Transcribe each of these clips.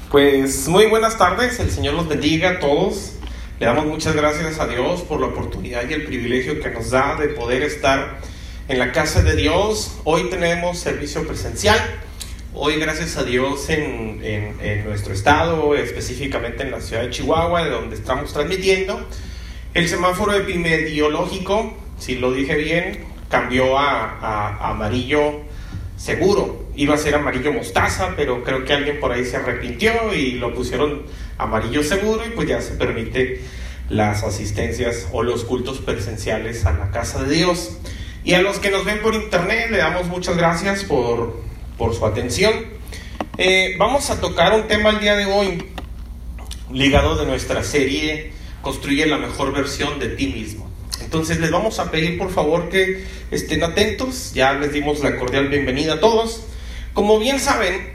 Pues muy buenas tardes, el Señor los bendiga a todos. Le damos muchas gracias a Dios por la oportunidad y el privilegio que nos da de poder estar en la casa de Dios. Hoy tenemos servicio presencial. Hoy, gracias a Dios, en nuestro estado, específicamente en la ciudad de Chihuahua, de donde estamos transmitiendo, el semáforo epidemiológico, si lo dije bien, cambió a amarillo seguro. Iba a ser amarillo mostaza, pero creo que alguien por ahí se arrepintió y lo pusieron amarillo seguro, y pues ya se permite las asistencias o los cultos presenciales a la casa de Dios. Y a los que nos ven por internet, le damos muchas gracias por su atención. Vamos a tocar un tema el día de hoy ligado de nuestra serie Construye la mejor versión de ti mismo. Entonces les vamos a pedir por favor que estén atentos. Ya les dimos la cordial bienvenida a todos. Como bien saben,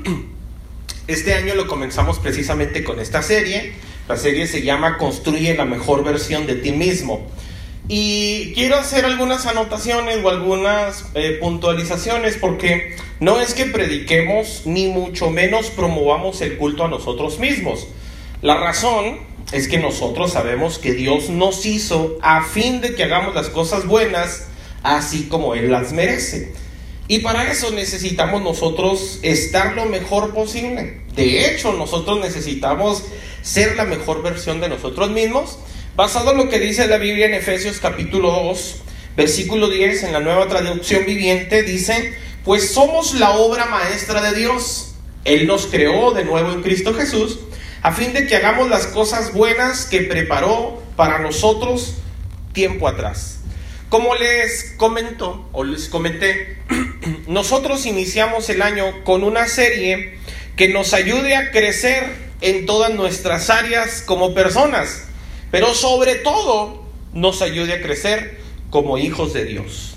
este año lo comenzamos precisamente con esta serie. La serie se llama Construye la mejor versión de ti mismo. Y quiero hacer algunas anotaciones o algunas puntualizaciones, porque no es que prediquemos ni mucho menos promovamos el culto a nosotros mismos. La razón es que nosotros sabemos que Dios nos hizo a fin de que hagamos las cosas buenas así como Él las merece. Y para eso necesitamos nosotros estar lo mejor posible. De hecho, nosotros necesitamos ser la mejor versión de nosotros mismos, basado en lo que dice la Biblia en Efesios capítulo 2, versículo 10, en la Nueva Traducción Viviente, dice: pues somos la obra maestra de Dios. Él nos creó de nuevo en Cristo Jesús, a fin de que hagamos las cosas buenas que preparó para nosotros tiempo atrás. Como les comenté, nosotros iniciamos el año con una serie que nos ayude a crecer en todas nuestras áreas como personas, pero sobre todo nos ayude a crecer como hijos de Dios.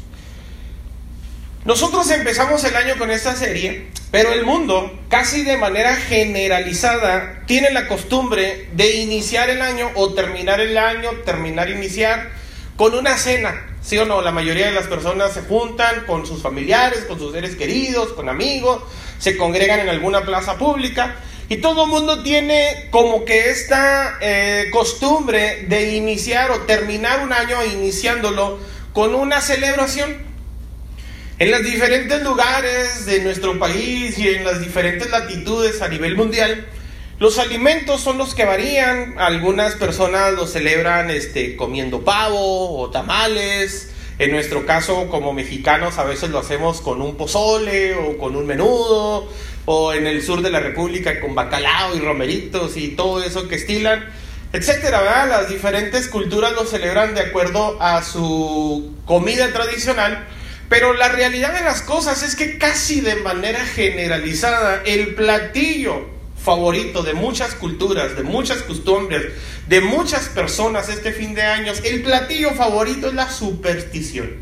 Nosotros empezamos el año con esta serie, pero el mundo, casi de manera generalizada, tiene la costumbre de iniciar el año o terminar el año, iniciar con una cena. ¿Sí o no? La mayoría de las personas se juntan con sus familiares, con sus seres queridos, con amigos, se congregan en alguna plaza pública, y todo el mundo tiene como que esta costumbre de iniciar o terminar un año iniciándolo con una celebración. En los diferentes lugares de nuestro país y en las diferentes latitudes a nivel mundial, los alimentos son los que varían. Algunas personas lo celebran comiendo pavo o tamales. En nuestro caso, como mexicanos, a veces lo hacemos con un pozole o con un menudo, o en el sur de la República con bacalao y romeritos y todo eso que estilan, etcétera, ¿verdad? Las diferentes culturas lo celebran de acuerdo a su comida tradicional. Pero la realidad de las cosas es que casi de manera generalizada, el platillo favorito de muchas culturas, de muchas costumbres, de muchas personas este fin de año, el platillo favorito es la superstición.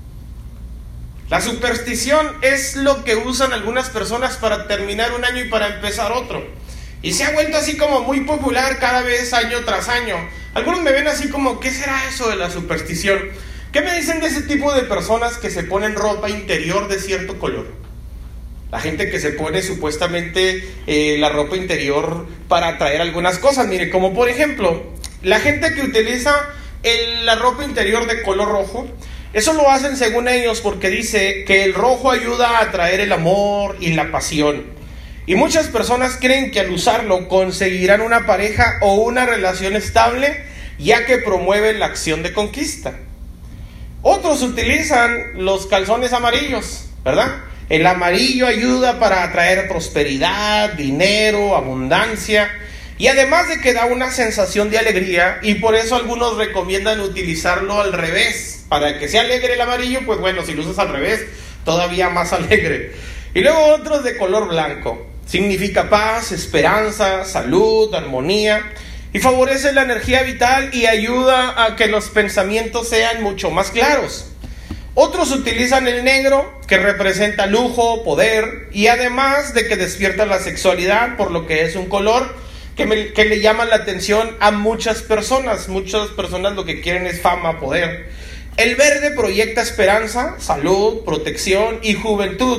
La superstición es lo que usan algunas personas para terminar un año y para empezar otro. Y se ha vuelto así como muy popular cada vez, año tras año. Algunos me ven así como, ¿qué será eso de la superstición? ¿Qué me dicen de ese tipo de personas que se ponen ropa interior de cierto color? La gente que se pone supuestamente la ropa interior para atraer algunas cosas. Mire, como por ejemplo, la gente que utiliza la ropa interior de color rojo, eso lo hacen según ellos porque dice que el rojo ayuda a atraer el amor y la pasión. Y muchas personas creen que al usarlo conseguirán una pareja o una relación estable, ya que promueve la acción de conquista. Otros utilizan los calzones amarillos, ¿verdad? El amarillo ayuda para atraer prosperidad, dinero, abundancia, y además de que da una sensación de alegría, y por eso algunos recomiendan utilizarlo al revés, para que sea alegre el amarillo. Pues bueno, si lo usas al revés, todavía más alegre. Y luego otros de color blanco, significa paz, esperanza, salud, armonía, y favorece la energía vital y ayuda a que los pensamientos sean mucho más claros. Otros utilizan el negro, que representa lujo, poder, y además de que despierta la sexualidad, por lo que es un color que le llama la atención a muchas personas. Muchas personas lo que quieren es fama, poder. El verde proyecta esperanza, salud, protección y juventud.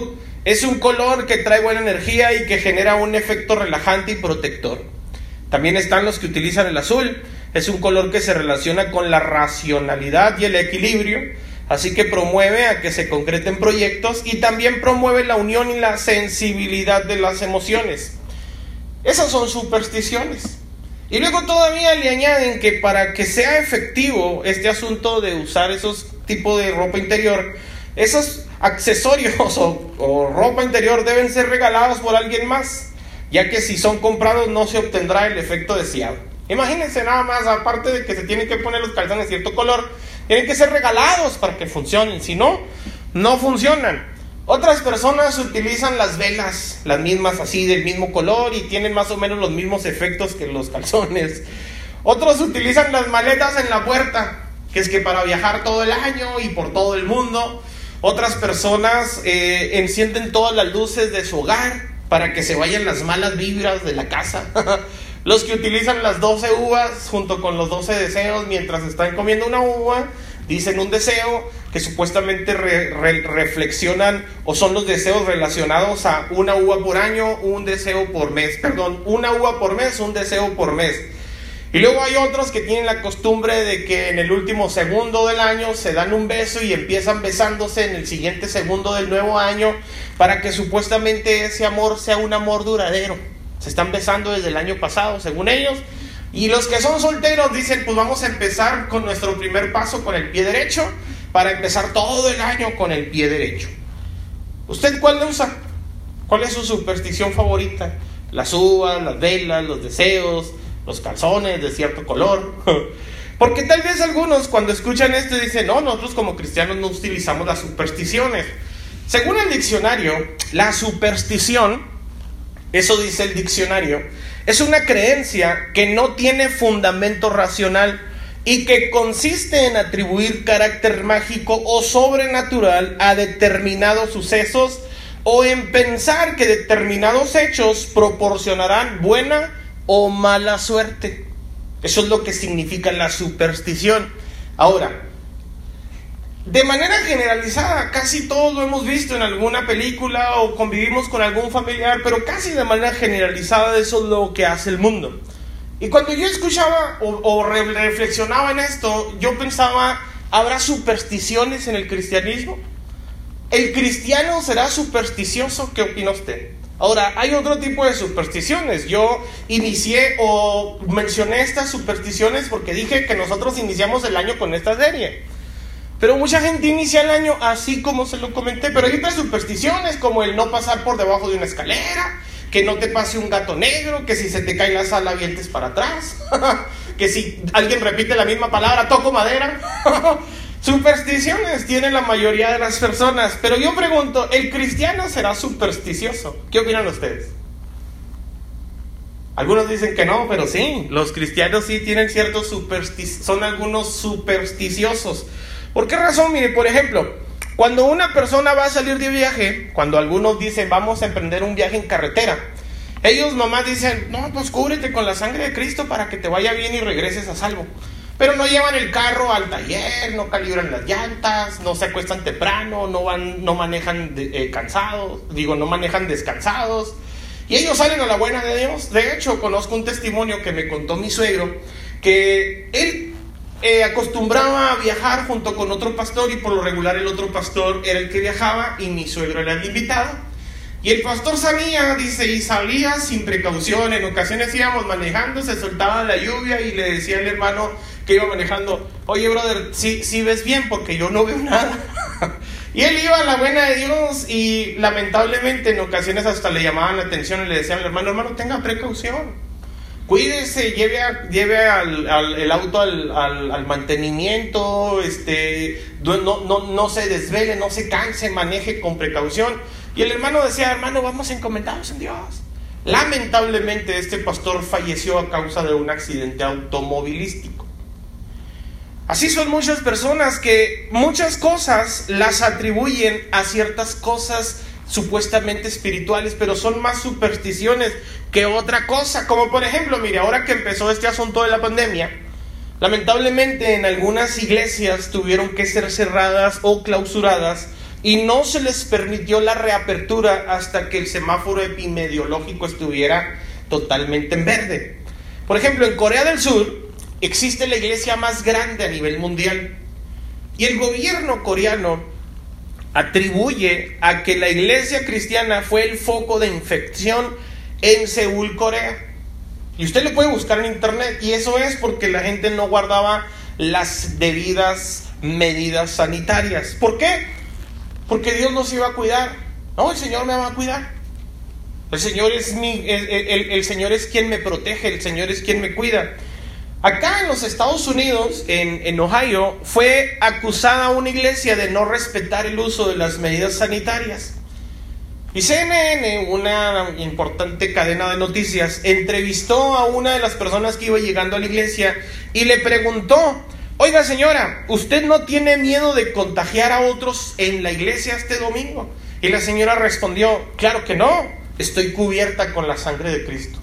Es un color que trae buena energía y que genera un efecto relajante y protector. También están los que utilizan el azul. Es un color que se relaciona con la racionalidad y el equilibrio, así que promueve a que se concreten proyectos y también promueve la unión y la sensibilidad de las emociones. Esas son supersticiones. Y luego todavía le añaden que para que sea efectivo este asunto de usar esos tipos de ropa interior, esos accesorios o ropa interior deben ser regalados por alguien más, ya que si son comprados no se obtendrá el efecto deseado. Imagínense nada más, aparte de que se tienen que poner los calzones de cierto color, tienen que ser regalados para que funcionen, si no, no funcionan. Otras personas utilizan las velas, las mismas así del mismo color y tienen más o menos los mismos efectos que los calzones. Otros utilizan las maletas en la puerta, que es que para viajar todo el año y por todo el mundo. Otras personas encienden todas las luces de su hogar para que se vayan las malas vibras de la casa. Los que utilizan las 12 uvas junto con los 12 deseos mientras están comiendo una uva, dicen un deseo que supuestamente reflexionan o son los deseos relacionados a una uva por año, un deseo por mes, una uva por mes, un deseo por mes. Y luego hay otros que tienen la costumbre de que en el último segundo del año se dan un beso y empiezan besándose en el siguiente segundo del nuevo año para que supuestamente ese amor sea un amor duradero. Se están besando desde el año pasado, según ellos. Y los que son solteros dicen, pues vamos a empezar con nuestro primer paso con el pie derecho para empezar todo el año con el pie derecho. ¿Usted cuál le usa? ¿Cuál es su superstición favorita? Las uvas, las velas, los deseos, los calzones de cierto color. Porque tal vez algunos cuando escuchan esto dicen, no, nosotros como cristianos no utilizamos las supersticiones. Según el diccionario, la superstición, eso dice el diccionario, es una creencia que no tiene fundamento racional y que consiste en atribuir carácter mágico o sobrenatural a determinados sucesos o en pensar que determinados hechos proporcionarán buena o mala suerte. Eso es lo que significa la superstición. Ahora, de manera generalizada, casi todos lo hemos visto en alguna película o convivimos con algún familiar, pero casi de manera generalizada eso es lo que hace el mundo. Y cuando yo escuchaba o reflexionaba en esto, yo pensaba, ¿habrá supersticiones en el cristianismo? ¿El cristiano será supersticioso? ¿Qué opina usted? Ahora, hay otro tipo de supersticiones. Yo inicié o mencioné estas supersticiones porque dije que nosotros iniciamos el año con esta serie. Pero mucha gente inicia el año así como se lo comenté. Pero hay otras supersticiones como el no pasar por debajo de una escalera, que no te pase un gato negro, que si se te cae la sal avientes para atrás, que si alguien repite la misma palabra, toco madera. Supersticiones tienen la mayoría de las personas. Pero yo pregunto, ¿el cristiano será supersticioso? ¿Qué opinan ustedes? Algunos dicen que no, pero sí, los cristianos sí tienen ciertos son algunos supersticiosos. ¿Por qué razón? Mire, por ejemplo, cuando una persona va a salir de viaje, cuando algunos dicen vamos a emprender un viaje en carretera, ellos nomás dicen, no, pues cúbrete con la sangre de Cristo para que te vaya bien y regreses a salvo. Pero no llevan el carro al taller, no calibran las llantas, no se acuestan temprano, no manejan cansados, no manejan descansados. Y ellos salen a la buena de Dios. De hecho, conozco un testimonio que me contó mi suegro, que él acostumbraba a viajar junto con otro pastor y por lo regular el otro pastor era el que viajaba y mi suegro era el invitado. Y el pastor salía, dice, y salía sin precaución. En ocasiones íbamos manejando, se soltaba la lluvia y le decía al hermano que iba manejando, oye brother, sí ves bien porque yo no veo nada. Y él iba a la buena de Dios y lamentablemente en ocasiones hasta le llamaban la atención y le decían al hermano, tenga precaución. Cuídese, lleve el auto al mantenimiento, no se desvele, no se canse, maneje con precaución. Y el hermano decía, hermano, vamos encomendados en Dios. Lamentablemente este pastor falleció a causa de un accidente automovilístico. Así son muchas personas que muchas cosas las atribuyen a ciertas cosas supuestamente espirituales, pero son más supersticiones que otra cosa. Como por ejemplo, mire, ahora que empezó este asunto de la pandemia, lamentablemente en algunas iglesias tuvieron que ser cerradas o clausuradas y no se les permitió la reapertura hasta que el semáforo epidemiológico estuviera totalmente en verde. Por ejemplo, en Corea del Sur existe la iglesia más grande a nivel mundial, y el gobierno coreano atribuye a que la iglesia cristiana fue el foco de infección en Seúl, Corea. Y usted lo puede buscar en internet, y eso es porque la gente no guardaba las debidas medidas sanitarias. ¿Por qué? Porque Dios nos iba a cuidar. No, el Señor me va a cuidar. El Señor es el Señor es quien me protege, el Señor es quien me cuida. Acá en los Estados Unidos, en Ohio, fue acusada una iglesia de no respetar el uso de las medidas sanitarias. Y CNN, una importante cadena de noticias, entrevistó a una de las personas que iba llegando a la iglesia y le preguntó: oiga señora, ¿usted no tiene miedo de contagiar a otros en la iglesia este domingo? Y la señora respondió: claro que no, estoy cubierta con la sangre de Cristo.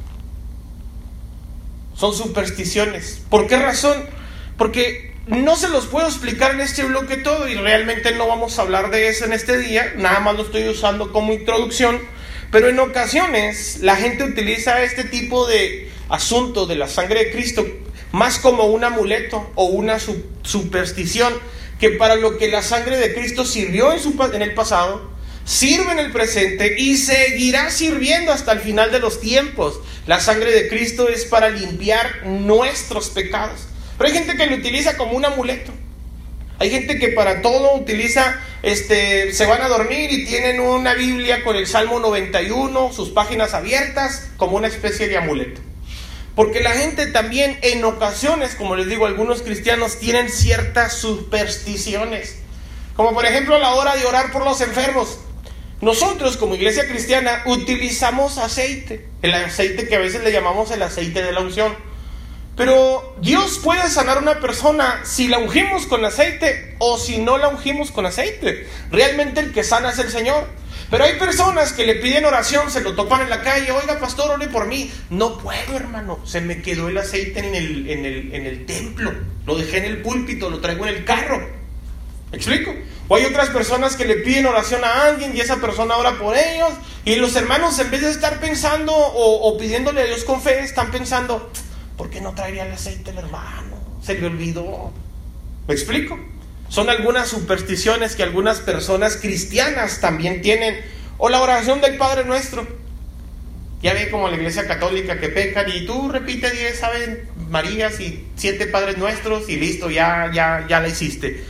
Son supersticiones. ¿Por qué razón? Porque no se los puedo explicar en este bloque todo, y realmente no vamos a hablar de eso en este día, nada más lo estoy usando como introducción. Pero en ocasiones la gente utiliza este tipo de asunto de la sangre de Cristo más como un amuleto o una superstición, que para lo que la sangre de Cristo sirvió en el pasado, sirve en el presente y seguirá sirviendo hasta el final de los tiempos. La sangre de Cristo es para limpiar nuestros pecados. Pero hay gente que lo utiliza como un amuleto. Hay gente que para todo utiliza, se van a dormir y tienen una Biblia con el Salmo 91, sus páginas abiertas, como una especie de amuleto. Porque la gente también en ocasiones, como les digo, algunos cristianos tienen ciertas supersticiones. Como por ejemplo a la hora de orar por los enfermos. Nosotros como iglesia cristiana utilizamos aceite. El aceite que a veces le llamamos el aceite de la unción. Pero Dios puede sanar a una persona si la ungimos con aceite o si no la ungimos con aceite. Realmente el que sana es el Señor. Pero hay personas que le piden oración, se lo topan en la calle: oiga pastor, ore por mí. No puedo, hermano, se me quedó el aceite en el templo, lo dejé en el púlpito, lo traigo en el carro. ¿Me explico? O hay otras personas que le piden oración a alguien y esa persona ora por ellos, y los hermanos, en vez de estar pensando o pidiéndole a Dios con fe, están pensando: ¿por qué no traería el aceite el hermano? Se le olvidó. ¿Me explico? Son algunas supersticiones que algunas personas cristianas también tienen. O la oración del Padre Nuestro. Ya ve como la iglesia católica que pecan y tú repite 10 Ave Marías y 7 Padres Nuestros y listo, ya la hiciste.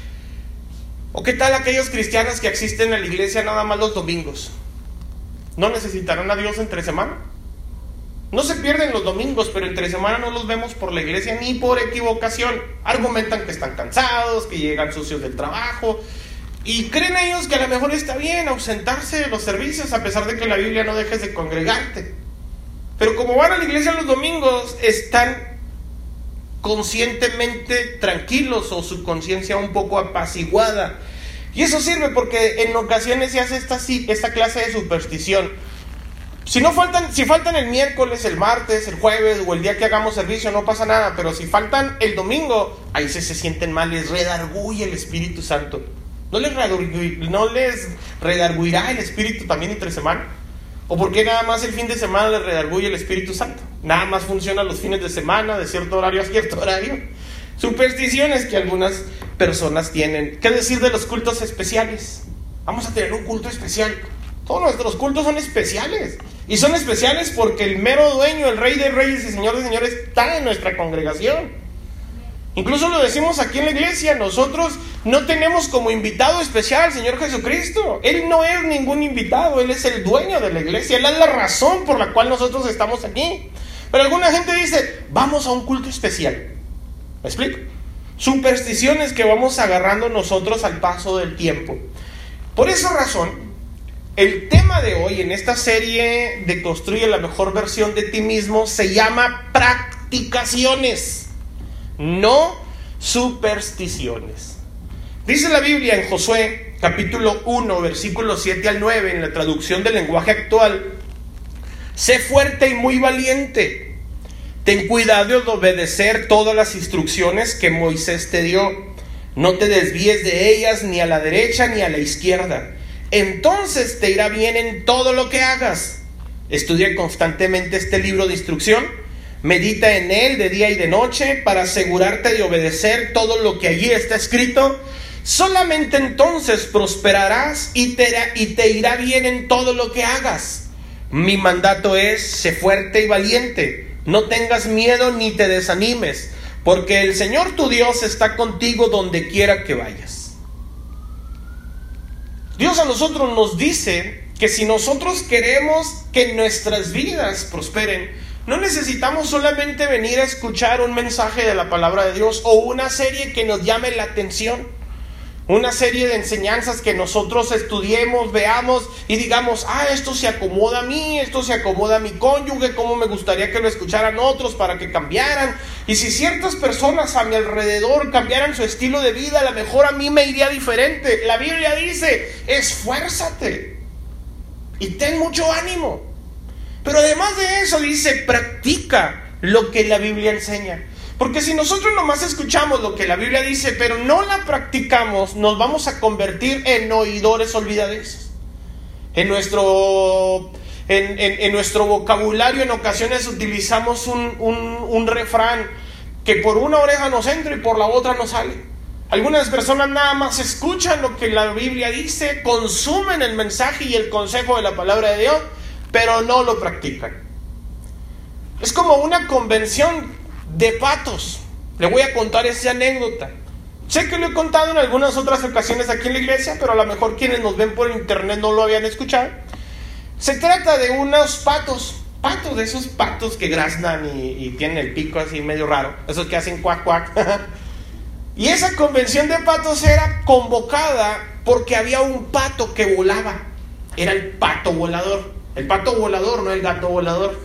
¿O qué tal aquellos cristianos que asisten a la iglesia nada más los domingos? ¿No necesitarán a Dios entre semana? No se pierden los domingos, pero entre semana no los vemos por la iglesia ni por equivocación. Argumentan que están cansados, que llegan sucios del trabajo, y creen ellos que a lo mejor está bien ausentarse de los servicios a pesar de que en la Biblia no dejes de congregarte. Pero como van a la iglesia los domingos, están conscientemente tranquilos o su conciencia un poco apaciguada. Y eso sirve porque en ocasiones se hace esta clase de superstición. Si faltan el miércoles, el martes, el jueves o el día que hagamos servicio, no pasa nada. Pero si faltan el domingo, ahí se sienten mal, les redarguye el Espíritu Santo. ¿No les redarguirá el Espíritu también entre semana? ¿O por qué nada más el fin de semana les redarguye el Espíritu Santo? Nada más funciona los fines de semana, de cierto horario a cierto horario. Supersticiones que algunas personas tienen. ¿Qué decir de los cultos especiales? Vamos a tener un culto especial. Todos nuestros cultos son especiales. Y son especiales porque el mero dueño, el Rey de Reyes y Señor de Señores, está en nuestra congregación. Incluso lo decimos aquí en la iglesia: nosotros no tenemos como invitado especial al Señor Jesucristo. Él no es ningún invitado, Él es el dueño de la iglesia. Él es la razón por la cual nosotros estamos aquí. Pero alguna gente dice: vamos a un culto especial. ¿Me explico? Supersticiones que vamos agarrando nosotros al paso del tiempo. Por esa razón, el tema de hoy en esta serie de Construye la mejor versión de ti mismo se llama practicaciones, no supersticiones. Dice la Biblia en Josué capítulo 1 versículos 7 al 9 en la traducción del lenguaje actual: sé fuerte y muy valiente, ten cuidado de obedecer todas las instrucciones que Moisés te dio. No te desvíes de ellas ni a la derecha ni a la izquierda. Entonces te irá bien en todo lo que hagas. Estudia constantemente este libro de instrucción. Medita en él de día y de noche para asegurarte de obedecer todo lo que allí está escrito. Solamente entonces prosperarás y te irá bien en todo lo que hagas. Mi mandato es: sé fuerte y valiente. No tengas miedo ni te desanimes, porque el Señor tu Dios está contigo donde quiera que vayas. Dios a nosotros nos dice que si nosotros queremos que nuestras vidas prosperen, no necesitamos solamente venir a escuchar un mensaje de la palabra de Dios o una serie que nos llame la atención, una serie de enseñanzas que nosotros estudiemos, veamos y digamos: esto se acomoda a mí, esto se acomoda a mi cónyuge, cómo me gustaría que lo escucharan otros para que cambiaran. Y si ciertas personas a mi alrededor cambiaran su estilo de vida, a lo mejor a mí me iría diferente. La Biblia dice: esfuérzate y ten mucho ánimo. Pero además de eso dice: practica lo que la Biblia enseña. Porque si nosotros nomás escuchamos lo que la Biblia dice, pero no la practicamos, nos vamos a convertir en oidores olvidadizos. En nuestro vocabulario en ocasiones utilizamos un refrán que por una oreja nos entra y por la otra nos sale. Algunas personas nada más escuchan lo que la Biblia dice, consumen el mensaje y el consejo de la palabra de Dios, pero no lo practican. Es como una convención de patos. Le voy a contar esa anécdota. Sé que lo he contado en algunas otras ocasiones aquí en la iglesia, pero a lo mejor quienes nos ven por internet no lo habían escuchado. Se trata de unos patos, de esos patos que graznan y tienen el pico así medio raro, esos que hacen cuac cuac. Y esa convención de patos era convocada porque había un pato que volaba. Era el pato volador. El pato volador, no el gato volador.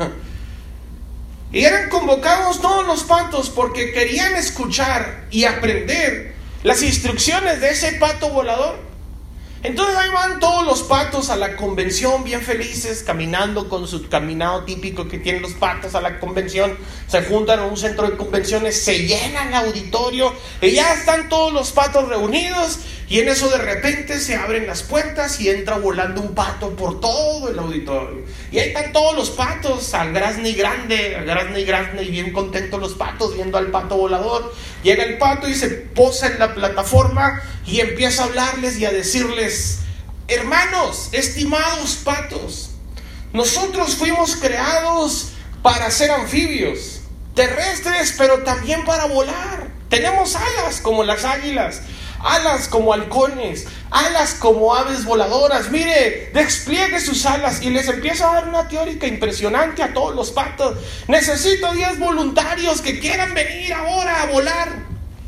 Y eran convocados todos los patos porque querían escuchar y aprender las instrucciones de ese pato volador. Entonces ahí van todos los patos a la convención bien felices, caminando con su caminado típico que tienen los patos a la convención. Se juntan en un centro de convenciones, se llena el auditorio y ya están todos los patos reunidos. Y en eso de repente se abren las puertas y entra volando un pato por todo el auditorio. Y ahí están todos los patos, al grazne y grande, y bien contentos los patos viendo al pato volador. Llega el pato y se posa en la plataforma y empieza a hablarles y a decirles: hermanos, estimados patos, nosotros fuimos creados para ser anfibios, terrestres, pero también para volar. Tenemos alas como las águilas, alas como halcones, alas como aves voladoras. Mire, despliegue sus alas. Y les empieza a dar una teórica impresionante a todos los patos. Necesito 10 voluntarios que quieran venir ahora a volar.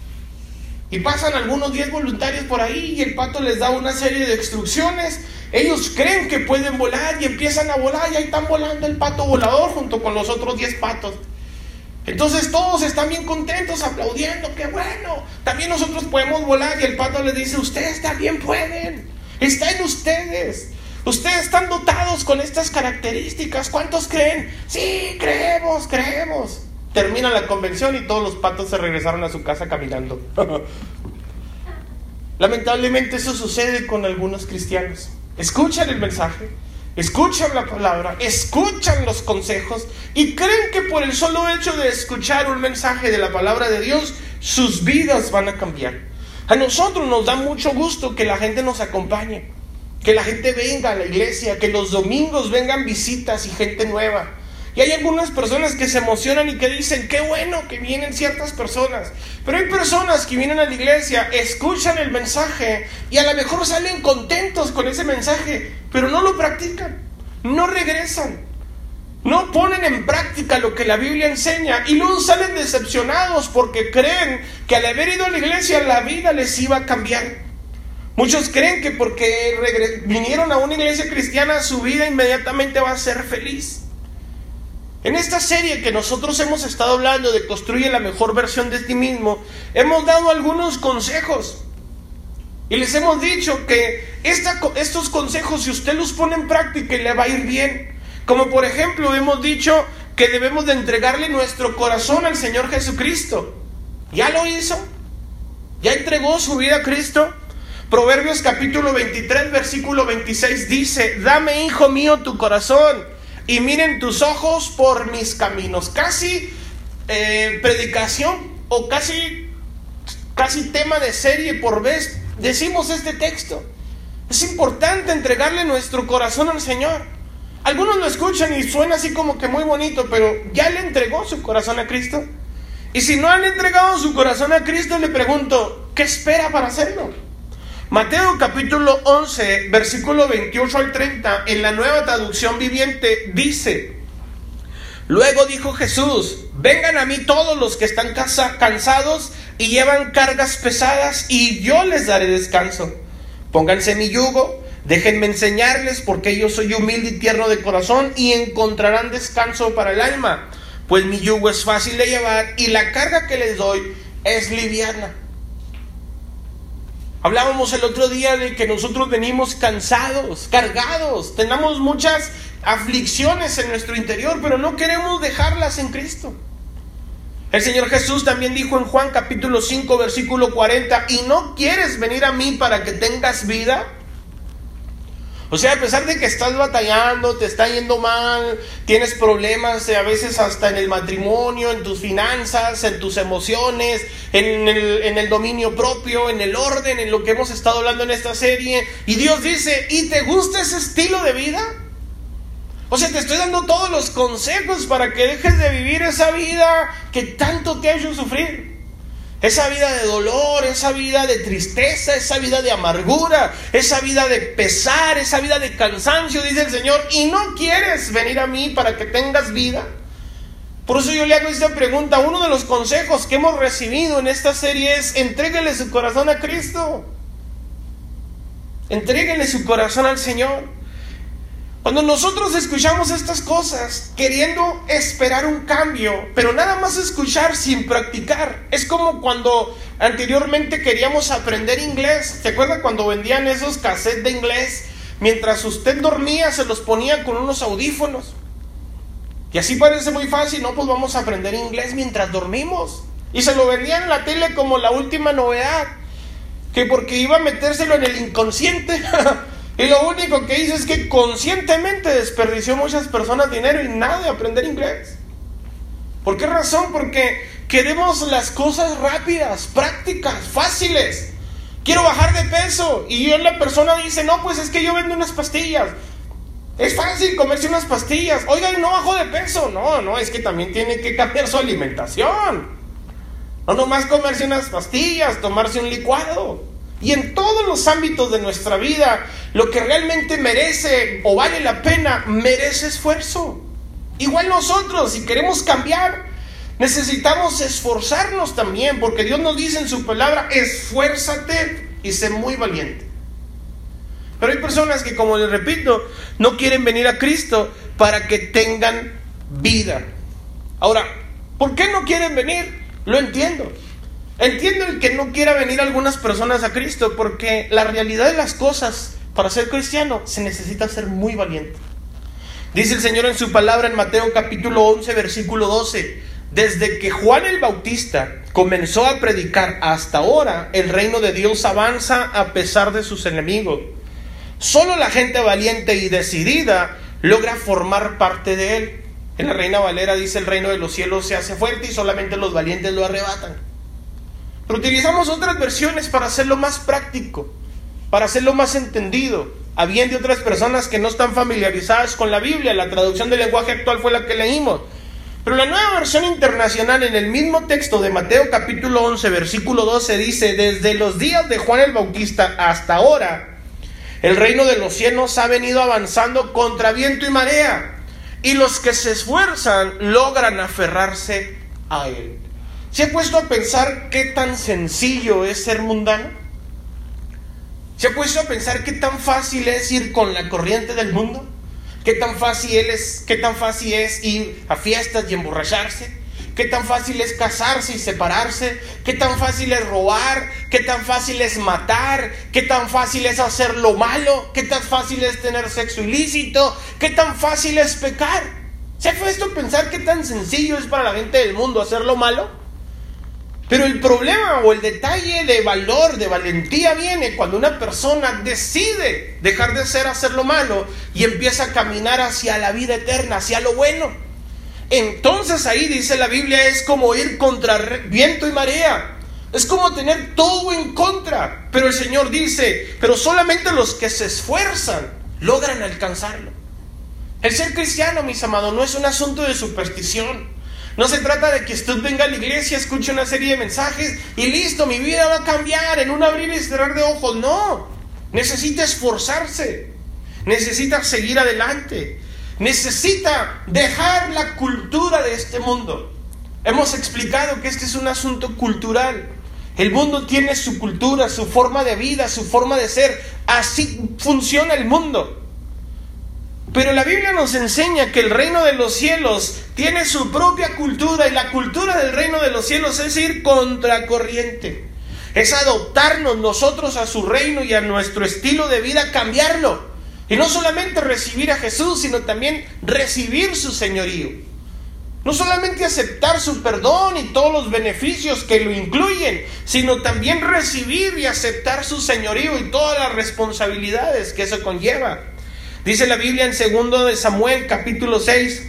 Y pasan algunos 10 voluntarios por ahí y el pato les da una serie de instrucciones. Ellos creen que pueden volar y empiezan a volar, y ahí están volando el pato volador junto con los otros 10 patos. Entonces todos están bien contentos, aplaudiendo: ¡qué bueno! También nosotros podemos volar. Y el pato les dice: ustedes también pueden, está en ustedes. Ustedes están dotados con estas características. ¿Cuántos creen? Sí, creemos. Termina la convención y todos los patos se regresaron a su casa caminando. Lamentablemente eso sucede con algunos cristianos. Escuchan el mensaje, escuchan la palabra, escuchan los consejos y creen que por el solo hecho de escuchar un mensaje de la palabra de Dios, sus vidas van a cambiar. A nosotros nos da mucho gusto que la gente nos acompañe, que la gente venga a la iglesia, que los domingos vengan visitas y gente nueva. Y hay algunas personas que se emocionan y que dicen: qué bueno que vienen ciertas personas. Pero hay personas que vienen a la iglesia, escuchan el mensaje y a lo mejor salen contentos con ese mensaje, pero no lo practican, no regresan, no ponen en práctica lo que la Biblia enseña, y luego salen decepcionados porque creen que al haber ido a la iglesia la vida les iba a cambiar. Muchos creen que porque vinieron a una iglesia cristiana su vida inmediatamente va a ser feliz. En esta serie que nosotros hemos estado hablando de Construye la mejor versión de ti mismo, hemos dado algunos consejos y les hemos dicho que estos consejos, si usted los pone en práctica, le va a ir bien. Como por ejemplo hemos dicho que debemos de entregarle nuestro corazón al Señor Jesucristo. ¿Ya lo hizo? ¿Ya entregó su vida a Cristo? Proverbios capítulo 23, versículo 26 dice: dame, hijo mío, tu corazón, y miren tus ojos por mis caminos. Casi predicación o casi tema de serie por vez decimos este texto. Es importante entregarle nuestro corazón al Señor. Algunos lo escuchan y suena así como que muy bonito, pero ¿ya le entregó su corazón a Cristo? Y si no han entregado su corazón a Cristo, le pregunto, ¿qué espera para hacerlo? Mateo capítulo 11, versículo 28 al 30, en la Nueva Traducción Viviente, dice: luego dijo Jesús: vengan a mí todos los que están cansados y llevan cargas pesadas, y yo les daré descanso. Pónganse mi yugo, déjenme enseñarles, porque yo soy humilde y tierno de corazón, y encontrarán descanso para el alma, pues mi yugo es fácil de llevar y la carga que les doy es liviana. Hablábamos el otro día de que nosotros venimos cansados, cargados, tenemos muchas aflicciones en nuestro interior, pero no queremos dejarlas en Cristo. El Señor Jesús también dijo en Juan capítulo 5, versículo 40: ¿y no quieres venir a mí para que tengas vida? O sea, a pesar de que estás batallando, te está yendo mal, tienes problemas a veces hasta en el matrimonio, en tus finanzas, en tus emociones, en el dominio propio, en el orden, en lo que hemos estado hablando en esta serie. Y Dios dice: ¿y te gusta ese estilo de vida? O sea, te estoy dando todos los consejos para que dejes de vivir esa vida que tanto te ha hecho sufrir. Esa vida de dolor, esa vida de tristeza, esa vida de amargura, esa vida de pesar, esa vida de cansancio, dice el Señor. ¿Y no quieres venir a mí para que tengas vida? Por eso yo le hago esta pregunta. Uno de los consejos que hemos recibido en esta serie es: entréguele su corazón a Cristo. Entréguele su corazón al Señor. Cuando nosotros escuchamos estas cosas queriendo esperar un cambio, pero nada más escuchar sin practicar, es como cuando anteriormente queríamos aprender inglés. ¿Se acuerdan cuando vendían esos cassettes de inglés? Mientras usted dormía se los ponía con unos audífonos. Y así parece muy fácil, ¿no? Pues vamos a aprender inglés mientras dormimos. Y se lo vendían en la tele como la última novedad, que porque iba a metérselo en el inconsciente. Y lo único que hizo es que conscientemente desperdició muchas personas dinero y nada de aprender inglés. ¿Por qué razón? Porque queremos las cosas rápidas, prácticas, fáciles. Quiero bajar de peso y la persona dice: no, pues es que yo vendo unas pastillas. Es fácil comerse unas pastillas. Oiga, y no bajó de peso. No, es que también tiene que cambiar su alimentación. No nomás comerse unas pastillas, tomarse un licuado. Y en todos los ámbitos de nuestra vida, lo que realmente merece o vale la pena, merece esfuerzo. Igual nosotros, si queremos cambiar, necesitamos esforzarnos también, porque Dios nos dice en su palabra: esfuérzate y sé muy valiente. Pero hay personas que, como les repito, no quieren venir a Cristo para que tengan vida. Ahora, ¿por qué no quieren venir? Lo entiendo. Entiendo el que no quiera venir algunas personas a Cristo, porque la realidad de las cosas, para ser cristiano, se necesita ser muy valiente. Dice el Señor en su palabra en Mateo capítulo 11, versículo 12: desde que Juan el Bautista comenzó a predicar hasta ahora, el reino de Dios avanza a pesar de sus enemigos. Solo la gente valiente y decidida logra formar parte de él. En la Reina Valera dice: el reino de los cielos se hace fuerte y solamente los valientes lo arrebatan. Pero utilizamos otras versiones para hacerlo más práctico, para hacerlo más entendido. Habiendo otras personas que no están familiarizadas con la Biblia, la traducción del lenguaje actual fue la que leímos. Pero la Nueva Versión Internacional, en el mismo texto de Mateo capítulo 11, versículo 12, dice: desde los días de Juan el Bautista hasta ahora, el reino de los cielos ha venido avanzando contra viento y marea, y los que se esfuerzan logran aferrarse a él. ¿Se ha puesto a pensar qué tan sencillo es ser mundano? ¿Se ha puesto a pensar qué tan fácil es ir con la corriente del mundo? ¿Qué tan fácil es ir a fiestas y emborracharse? ¿Qué tan fácil es casarse y separarse? ¿Qué tan fácil es robar? ¿Qué tan fácil es matar? ¿Qué tan fácil es hacer lo malo? ¿Qué tan fácil es tener sexo ilícito? ¿Qué tan fácil es pecar? ¿Se ha puesto a pensar qué tan sencillo es para la gente del mundo hacer lo malo? Pero el problema o el detalle de valor, de valentía viene cuando una persona decide dejar de hacer lo malo y empieza a caminar hacia la vida eterna, hacia lo bueno. Entonces ahí dice la Biblia, es como ir contra viento y marea. Es como tener todo en contra. Pero el Señor dice, pero solamente los que se esfuerzan logran alcanzarlo. El ser cristiano, mis amados, no es un asunto de superstición. No se trata de que usted venga a la iglesia, escuche una serie de mensajes y listo, mi vida va a cambiar en un abrir y cerrar de ojos. No, necesita esforzarse, necesita seguir adelante, necesita dejar la cultura de este mundo. Hemos explicado que este es un asunto cultural. El mundo tiene su cultura, su forma de vida, su forma de ser. Así funciona el mundo. Pero la Biblia nos enseña que el reino de los cielos tiene su propia cultura, y la cultura del reino de los cielos es ir contracorriente. Es adoptarnos nosotros a su reino y a nuestro estilo de vida, cambiarlo. Y no solamente recibir a Jesús, sino también recibir su señorío. No solamente aceptar su perdón y todos los beneficios que lo incluyen, sino también recibir y aceptar su señorío y todas las responsabilidades que eso conlleva. Dice la Biblia en 2 de Samuel, capítulo 6,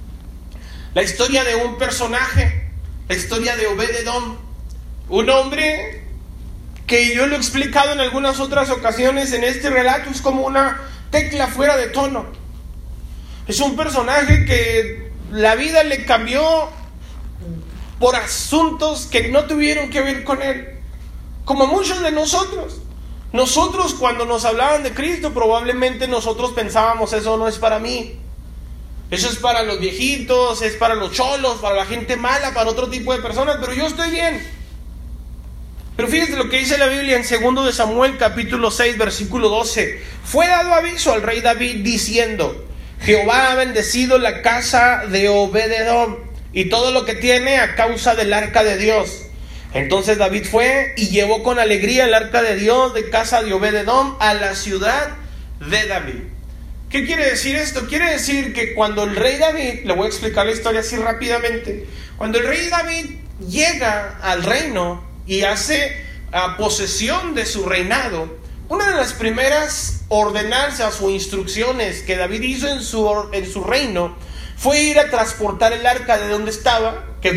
la historia de un personaje, la historia de Obed-Edom, un hombre que yo lo he explicado en algunas otras ocasiones. En este relato es como una tecla fuera de tono. Es un personaje que la vida le cambió por asuntos que no tuvieron que ver con él, como muchos de nosotros. Nosotros, cuando nos hablaban de Cristo, probablemente nosotros pensábamos, eso no es para mí, eso es para los viejitos, es para los cholos, para la gente mala, para otro tipo de personas, pero yo estoy bien. Pero fíjense lo que dice la Biblia en 2 de Samuel, capítulo 6, versículo 12. Fue dado aviso al rey David diciendo: Jehová ha bendecido la casa de Obed-Edom y todo lo que tiene a causa del arca de Dios. Entonces David fue y llevó con alegría el arca de Dios de casa de Obed-Edom a la ciudad de David. ¿Qué quiere decir esto? Quiere decir que cuando el rey David, le voy a explicar la historia así rápidamente, cuando el rey David llega al reino y hace posesión de su reinado, una de las primeras ordenanzas o instrucciones que David hizo en su reino fue ir a transportar el arca de donde estaba, que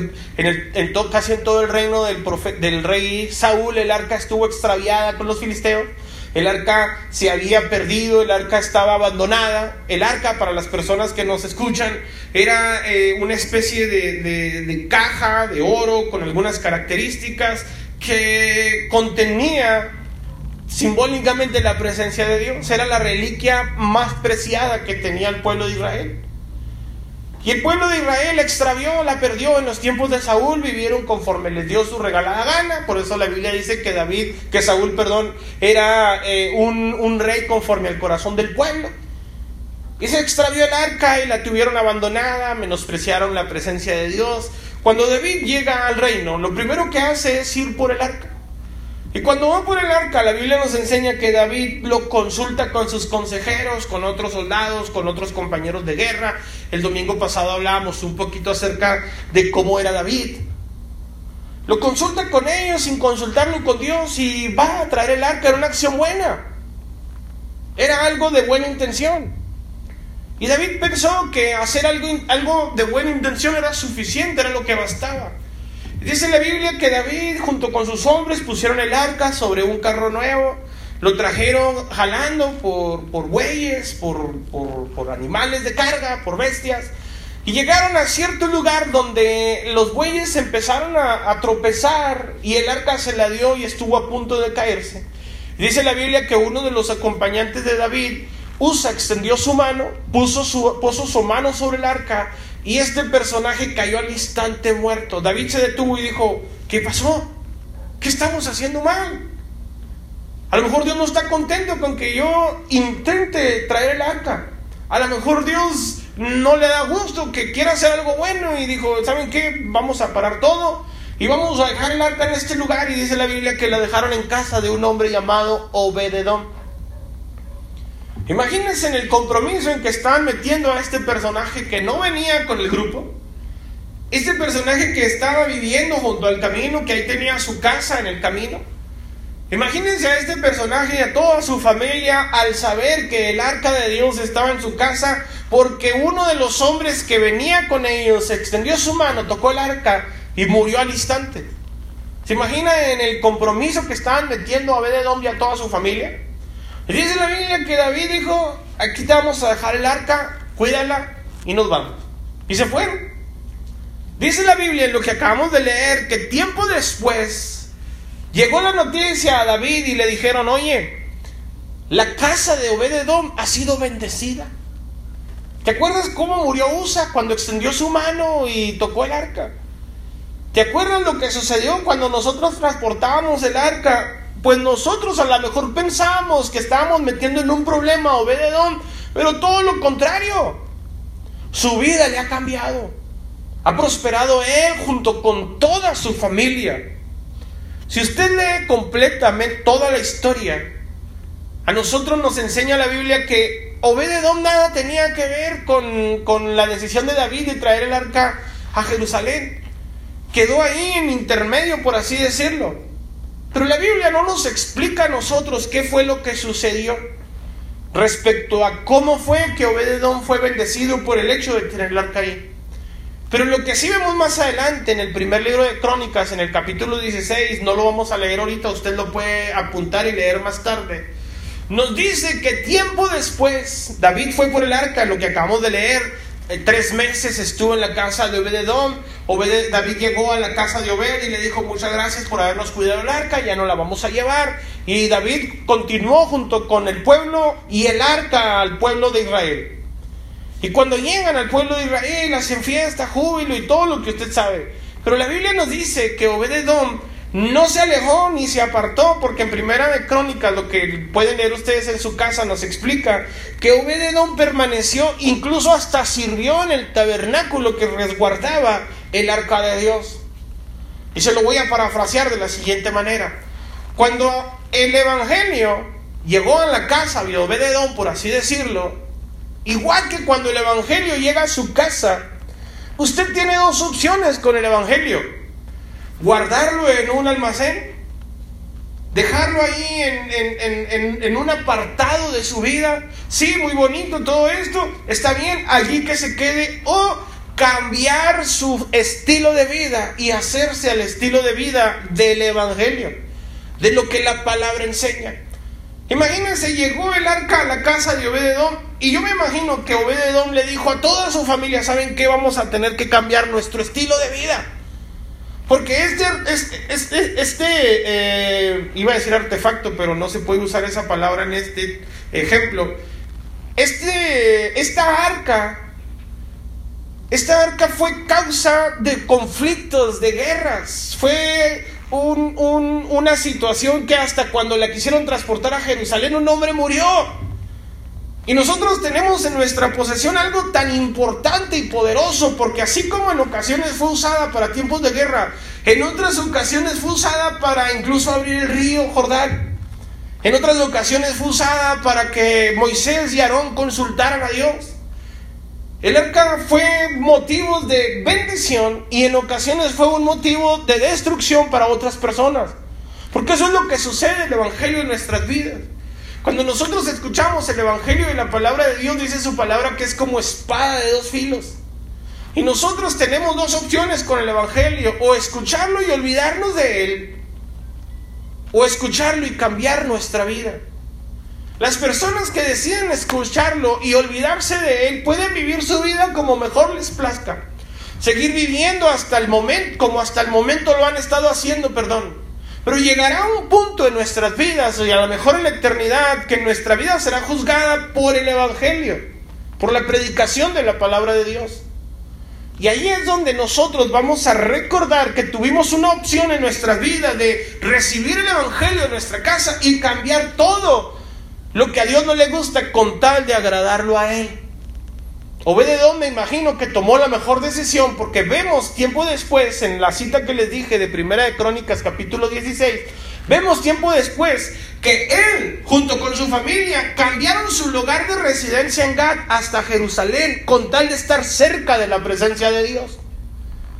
casi en todo el reino del rey Saúl, el arca estuvo extraviada con los filisteos. El arca se había perdido, el arca estaba abandonada. El arca, para las personas que nos escuchan, era una especie de caja de oro con algunas características que contenía simbólicamente la presencia de Dios. Era la reliquia más preciada que tenía el pueblo de Israel. Y el pueblo de Israel la extravió, la perdió en los tiempos de Saúl, vivieron conforme les dio su regalada gana. Por eso la Biblia dice que Saúl era un rey conforme al corazón del pueblo. Y se extravió el arca y la tuvieron abandonada, menospreciaron la presencia de Dios. Cuando David llega al reino, lo primero que hace es ir por el arca. Y cuando va por el arca, la Biblia nos enseña que David lo consulta con sus consejeros, con otros soldados, con otros compañeros de guerra. El domingo pasado hablábamos un poquito acerca de cómo era David. Lo consulta con ellos sin consultarlo con Dios y va a traer el arca. Era una acción buena. Era algo de buena intención. Y David pensó que hacer algo de buena intención era suficiente, era lo que bastaba. Dice la Biblia que David junto con sus hombres pusieron el arca sobre un carro nuevo, lo trajeron jalando por bueyes, por animales de carga, por bestias, y llegaron a cierto lugar donde los bueyes empezaron a tropezar y el arca se la dio y estuvo a punto de caerse. Dice la Biblia que uno de los acompañantes de David, Usa, extendió su mano, puso su mano sobre el arca, y este personaje cayó al instante muerto. David se detuvo y dijo: ¿qué pasó? ¿Qué estamos haciendo mal? A lo mejor Dios no está contento con que yo intente traer el arca. A lo mejor Dios no le da gusto que quiera hacer algo bueno y dijo: ¿saben qué? Vamos a parar todo y vamos a dejar el arca en este lugar. Y dice la Biblia que la dejaron en casa de un hombre llamado Obed-Edom. Imagínense en el compromiso en que estaban metiendo a este personaje que no venía con el grupo. este personaje que estaba viviendo junto al camino, que ahí tenía su casa en el camino. Imagínense a este personaje y a toda su familia al saber que el arca de Dios estaba en su casa, porque uno de los hombres que venía con ellos extendió su mano, tocó el arca y murió al instante. ¿Se imagina en el compromiso que estaban metiendo a Obed-Edom y a toda su familia? Y dice la Biblia que David dijo: aquí te vamos a dejar el arca, cuídala y nos vamos. Y se fueron. Dice la Biblia, en lo que acabamos de leer, que tiempo después llegó la noticia a David y le dijeron: oye, la casa de Obed-Edom ha sido bendecida. ¿Te acuerdas cómo murió Usa cuando extendió su mano y tocó el arca? ¿Te acuerdas lo que sucedió cuando nosotros transportábamos el arca? Pues nosotros a lo mejor pensábamos que estábamos metiendo en un problema a Obed-Edom, pero todo lo contrario. Su vida le ha cambiado. Ha prosperado él junto con toda su familia. Si usted lee completamente toda la historia, a nosotros nos enseña la Biblia que Obed-Edom nada tenía que ver con la decisión de David de traer el arca a Jerusalén. Quedó ahí en intermedio, por así decirlo. Pero la Biblia no nos explica a nosotros qué fue lo que sucedió respecto a cómo fue que Obed-Edom fue bendecido por el hecho de tener el arca ahí. Pero lo que sí vemos más adelante en el primer libro de Crónicas, en el capítulo 16, no lo vamos a leer ahorita, usted lo puede apuntar y leer más tarde. Nos dice que tiempo después David fue por el arca, lo que acabamos de leer. 3 meses estuvo en la casa de Obed-Edom. David llegó a la casa de Obed y le dijo: muchas gracias por habernos cuidado el arca, ya no la vamos a llevar. Y David continuó junto con el pueblo y el arca al pueblo de Israel. Y cuando llegan al pueblo de Israel, hacen fiesta, júbilo y todo lo que usted sabe. Pero la Biblia nos dice que Obed-Edom no se alejó ni se apartó, porque en Primera de Crónicas, lo que pueden leer ustedes en su casa, nos explica que Obed-Edom permaneció, incluso hasta sirvió en el tabernáculo que resguardaba el arca de Dios. Y se lo voy a parafrasear de la siguiente manera: cuando el evangelio llegó a la casa de Obed-Edom, por así decirlo, igual que cuando el evangelio llega a su casa, usted tiene 2 opciones con el evangelio: guardarlo en un almacén, dejarlo ahí en un apartado de su vida. Sí, muy bonito todo esto, está bien, allí que se quede. O cambiar su estilo de vida y hacerse al estilo de vida del evangelio, de lo que la palabra enseña. Imagínense, llegó el arca a la casa de Obed-Edom, y yo me imagino que Obed-Edom le dijo a toda su familia: ¿saben qué? Vamos a tener que cambiar nuestro estilo de vida. Porque iba a decir artefacto, pero no se puede usar esa palabra en este ejemplo. Esta arca fue causa de conflictos, de guerras. Fue una situación que hasta cuando la quisieron transportar a Jerusalén, un hombre murió. Y nosotros tenemos en nuestra posesión algo tan importante y poderoso, porque así como en ocasiones fue usada para tiempos de guerra, en otras ocasiones fue usada para incluso abrir el río Jordán. En otras ocasiones fue usada para que Moisés y Aarón consultaran a Dios. El arca fue motivo de bendición y en ocasiones fue un motivo de destrucción para otras personas. Porque eso es lo que sucede en el evangelio en nuestras vidas. Cuando nosotros escuchamos el evangelio y la palabra de Dios, dice su palabra que es como espada de 2 filos. Y nosotros tenemos 2 opciones con el evangelio: o escucharlo y olvidarnos de él, o escucharlo y cambiar nuestra vida. Las personas que deciden escucharlo y olvidarse de él pueden vivir su vida como mejor les plazca, seguir viviendo hasta el momento, como hasta el momento lo han estado haciendo, Pero llegará un punto en nuestras vidas, y a lo mejor en la eternidad, que nuestra vida será juzgada por el evangelio, por la predicación de la palabra de Dios. Y ahí es donde nosotros vamos a recordar que tuvimos una opción en nuestras vidas de recibir el evangelio en nuestra casa y cambiar todo lo que a Dios no le gusta con tal de agradarlo a Él. Obed-Edom, me imagino que tomó la mejor decisión, porque vemos tiempo después, en la cita que les dije de Primera de Crónicas capítulo 16, vemos tiempo después que él, junto con su familia, cambiaron su lugar de residencia en Gat hasta Jerusalén, con tal de estar cerca de la presencia de Dios.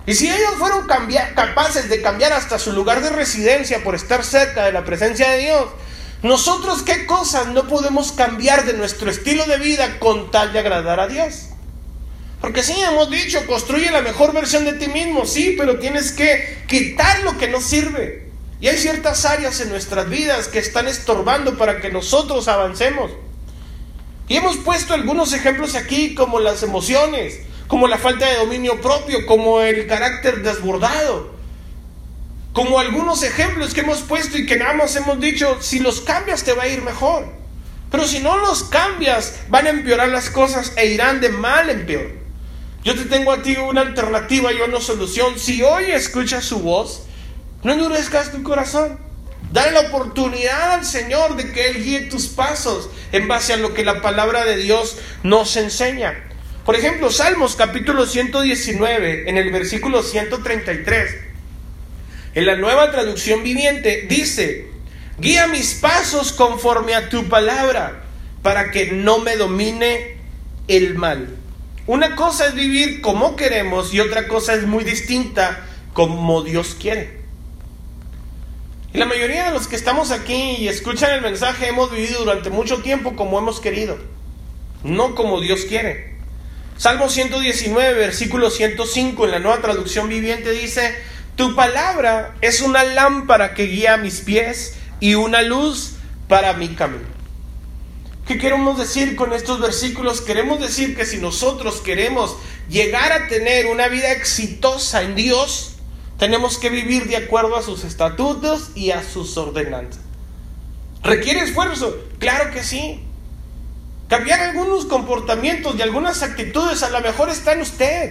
Y si ellos fueron capaces de cambiar hasta su lugar de residencia por estar cerca de la presencia de Dios, nosotros ¿qué cosas no podemos cambiar de nuestro estilo de vida con tal de agradar a Dios? Porque sí, hemos dicho, construye la mejor versión de ti mismo, sí, pero tienes que quitar lo que no sirve. Y hay ciertas áreas en nuestras vidas que están estorbando para que nosotros avancemos. Y hemos puesto algunos ejemplos aquí, como las emociones, como la falta de dominio propio, como el carácter desbordado, como algunos ejemplos que hemos puesto y que nada más hemos dicho, si los cambias te va a ir mejor. Pero si no los cambias, van a empeorar las cosas e irán de mal en peor. Yo te tengo a ti una alternativa y una solución. Si hoy escuchas su voz, no endurezcas tu corazón. Dale la oportunidad al Señor de que Él guíe tus pasos en base a lo que la palabra de Dios nos enseña. Por ejemplo, Salmos capítulo 119, en el versículo 133, en la Nueva Traducción Viviente, dice: guía mis pasos conforme a tu palabra, para que no me domine el mal. Una cosa es vivir como queremos y otra cosa es muy distinta como Dios quiere. Y la mayoría de los que estamos aquí y escuchan el mensaje hemos vivido durante mucho tiempo como hemos querido, no como Dios quiere. Salmo 119, versículo 105, en la Nueva Traducción Viviente dice: tu palabra es una lámpara que guía mis pies y una luz para mi camino. ¿Qué queremos decir con estos versículos? Queremos decir que si nosotros queremos llegar a tener una vida exitosa en Dios, tenemos que vivir de acuerdo a sus estatutos y a sus ordenanzas. ¿Requiere esfuerzo? Claro que sí. Cambiar algunos comportamientos y algunas actitudes a lo mejor está en usted.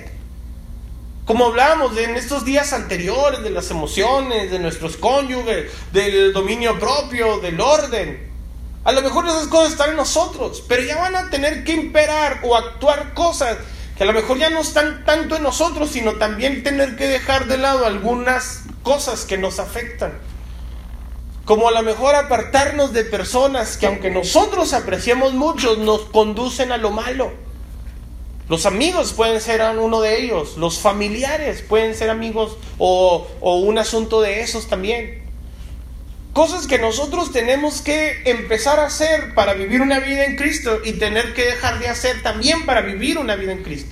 Como hablábamos en estos días anteriores, de las emociones, de nuestros cónyuges, del dominio propio, del orden. A lo mejor esas cosas están en nosotros, pero ya van a tener que imperar o actuar cosas que a lo mejor ya no están tanto en nosotros, sino también tener que dejar de lado algunas cosas que nos afectan. Como a lo mejor apartarnos de personas que, aunque nosotros apreciamos mucho, nos conducen a lo malo. Los amigos pueden ser uno de ellos, los familiares pueden ser amigos o un asunto de esos también. Cosas que nosotros tenemos que empezar a hacer para vivir una vida en Cristo y tener que dejar de hacer también para vivir una vida en Cristo.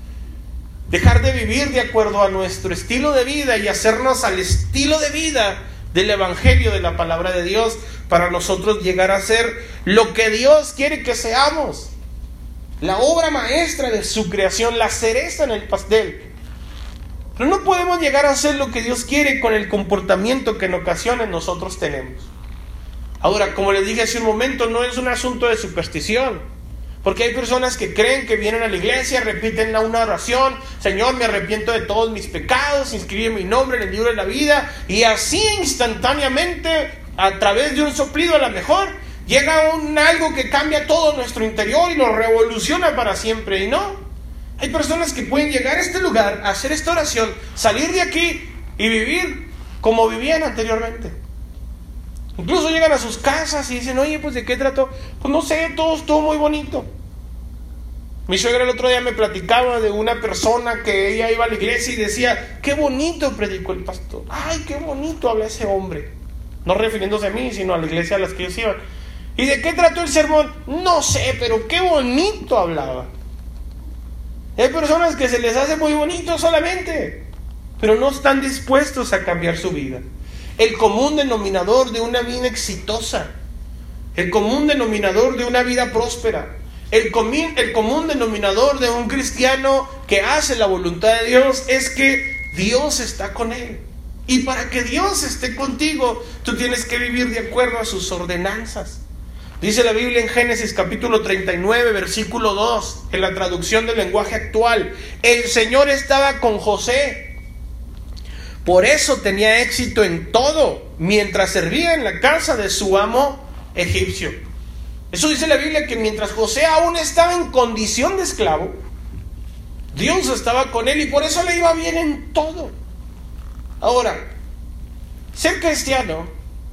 Dejar de vivir de acuerdo a nuestro estilo de vida y hacernos al estilo de vida del Evangelio, de la palabra de Dios, para nosotros llegar a ser lo que Dios quiere que seamos. La obra maestra de su creación, la cereza en el pastel. Pero no podemos llegar a hacer lo que Dios quiere con el comportamiento que en ocasiones nosotros tenemos. Ahora, como les dije hace un momento, no es un asunto de superstición. Porque hay personas que creen que vienen a la iglesia, repiten una oración: Señor, me arrepiento de todos mis pecados, inscribe mi nombre en el libro de la vida. Y así instantáneamente, a través de un soplido a lo mejor, llega algo que cambia todo nuestro interior y lo revoluciona para siempre. Y no. Hay personas que pueden llegar a este lugar, hacer esta oración, salir de aquí y vivir como vivían anteriormente. Incluso llegan a sus casas y dicen: oye, pues ¿de qué trató? Pues no sé, todo estuvo muy bonito. Mi suegra el otro día me platicaba de una persona que ella iba a la iglesia y decía: qué bonito predicó el pastor. Ay, qué bonito habla ese hombre. No refiriéndose a mí, sino a la iglesia a las que ellos iban. ¿Y de qué trató el sermón? No sé, pero qué bonito hablaba. Hay personas que se les hace muy bonito solamente, pero no están dispuestos a cambiar su vida. El común denominador de una vida exitosa, el común denominador de una vida próspera, el común denominador de un cristiano que hace la voluntad de Dios es que Dios está con él. Y para que Dios esté contigo, tú tienes que vivir de acuerdo a sus ordenanzas. Dice la Biblia en Génesis capítulo 39, versículo 2, en la traducción del lenguaje actual: el Señor estaba con José, por eso tenía éxito en todo, mientras servía en la casa de su amo egipcio. Eso dice la Biblia, que mientras José aún estaba en condición de esclavo, Dios estaba con él y por eso le iba bien en todo. Ahora, ser cristiano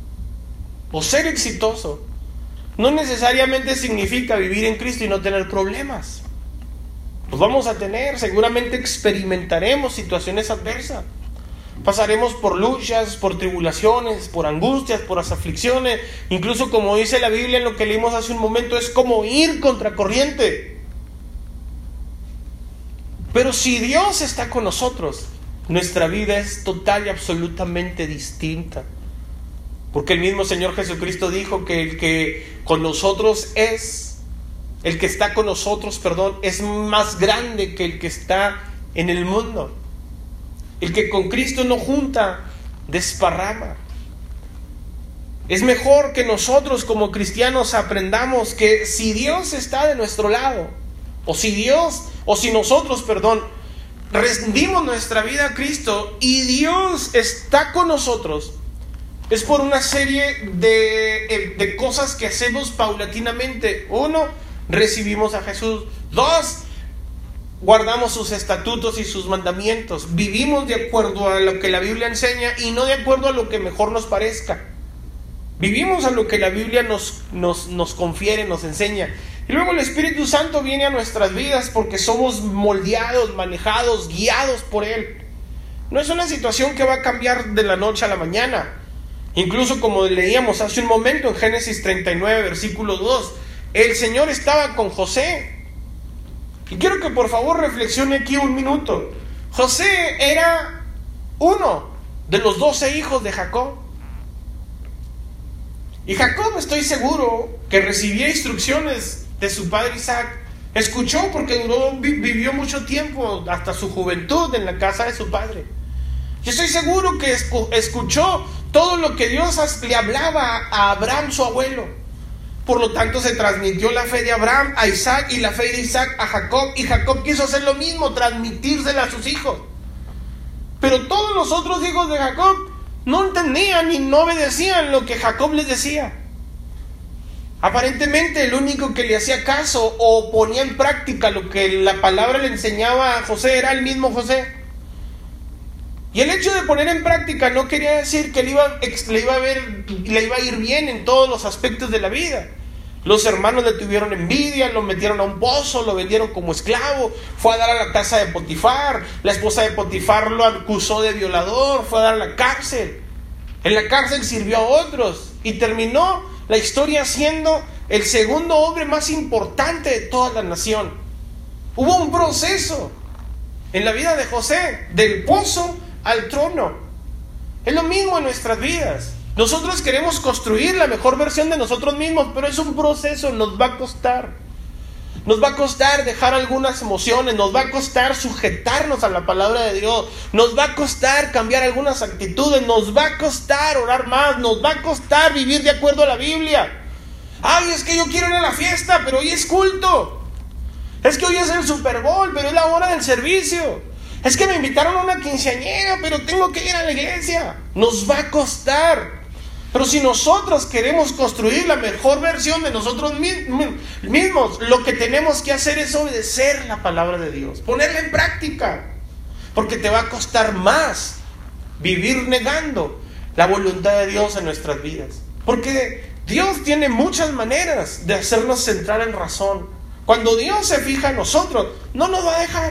o ser exitoso no necesariamente significa vivir en Cristo y no tener problemas. Pues vamos a tener, seguramente experimentaremos situaciones adversas. Pasaremos por luchas, por tribulaciones, por angustias, por las aflicciones. Incluso como dice la Biblia en lo que leímos hace un momento, es como ir contra corriente. Pero si Dios está con nosotros, nuestra vida es total y absolutamente distinta. Porque el mismo Señor Jesucristo dijo que el que con nosotros el que está con nosotros, es más grande que el que está en el mundo. El que con Cristo no junta, desparrama. Es mejor que nosotros como cristianos aprendamos que si Dios está de nuestro lado, o si nosotros, rendimos nuestra vida a Cristo y Dios está con nosotros, es por una serie de cosas que hacemos paulatinamente. 1, recibimos a Jesús. 2, guardamos sus estatutos y sus mandamientos. Vivimos de acuerdo a lo que la Biblia enseña y no de acuerdo a lo que mejor nos parezca. Vivimos a lo que la Biblia nos confiere, nos enseña. Y luego el Espíritu Santo viene a nuestras vidas porque somos moldeados, manejados, guiados por Él. No es una situación que va a cambiar de la noche a la mañana. Incluso como leíamos hace un momento en Génesis 39, versículo 2, el Señor estaba con José. Y quiero que por favor reflexione aquí un minuto. José era uno de los 12 hijos de Jacob. Y Jacob, estoy seguro que recibía instrucciones de su padre Isaac. Escuchó porque vivió mucho tiempo, hasta su juventud, en la casa de su padre. Yo estoy seguro que escuchó todo lo que Dios le hablaba a Abraham, su abuelo. Por lo tanto, se transmitió la fe de Abraham a Isaac y la fe de Isaac a Jacob. Y Jacob quiso hacer lo mismo, transmitírsela a sus hijos. Pero todos los otros hijos de Jacob no entendían y no obedecían lo que Jacob les decía. Aparentemente el único que le hacía caso o ponía en práctica lo que la palabra le enseñaba a José era el mismo José. Y el hecho de poner en práctica no quería decir que le iba a ir bien en todos los aspectos de la vida. Los hermanos le tuvieron envidia, lo metieron a un pozo, lo vendieron como esclavo, fue a dar a la casa de Potifar, la esposa de Potifar lo acusó de violador, fue a dar a la cárcel. En la cárcel sirvió a otros y terminó la historia siendo el segundo hombre más importante de toda la nación. Hubo un proceso en la vida de José, del pozo al trono. Es lo mismo en nuestras vidas. Nosotros queremos construir la mejor versión de nosotros mismos, pero es un proceso, nos va a costar. Nos va a costar dejar algunas emociones, nos va a costar sujetarnos a la palabra de Dios, nos va a costar cambiar algunas actitudes, nos va a costar orar más, nos va a costar vivir de acuerdo a la Biblia. Ay, es que yo quiero ir a la fiesta, pero hoy es culto. Es que hoy es el Super Bowl, pero es la hora del servicio. Es que me invitaron a una quinceañera, pero tengo que ir a la iglesia. Nos va a costar. Pero si nosotros queremos construir la mejor versión de nosotros mismos, lo que tenemos que hacer es obedecer la palabra de Dios, ponerla en práctica, porque te va a costar más vivir negando la voluntad de Dios en nuestras vidas, porque Dios tiene muchas maneras de hacernos centrar en razón. Cuando Dios se fija en nosotros, no nos va a dejar.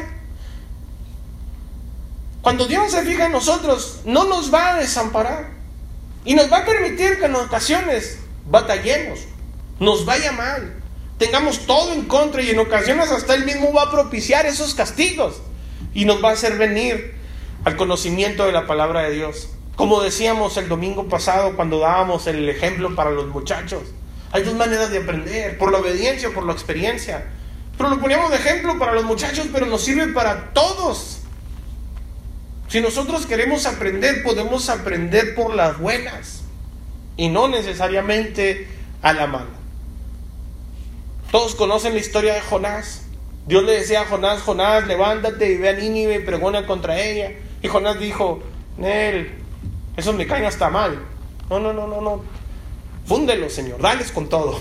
Cuando Dios se fija en nosotros, no nos va a desamparar. Y nos va a permitir que en ocasiones batallemos, nos vaya mal, tengamos todo en contra y en ocasiones hasta Él mismo va a propiciar esos castigos y nos va a hacer venir al conocimiento de la palabra de Dios. Como decíamos el domingo pasado cuando dábamos el ejemplo para los muchachos, hay dos maneras de aprender, por la obediencia o por la experiencia. Pero lo poníamos de ejemplo para los muchachos, pero nos sirve para todos. Si nosotros queremos aprender, podemos aprender por las buenas y no necesariamente a la mala. Todos conocen la historia de Jonás. Dios le decía a Jonás: Jonás, levántate y ve a Nínive y pregona contra ella. Y Jonás dijo: Nel, esos me caen hasta mal. No. Fúndelo, Señor, dales con todo.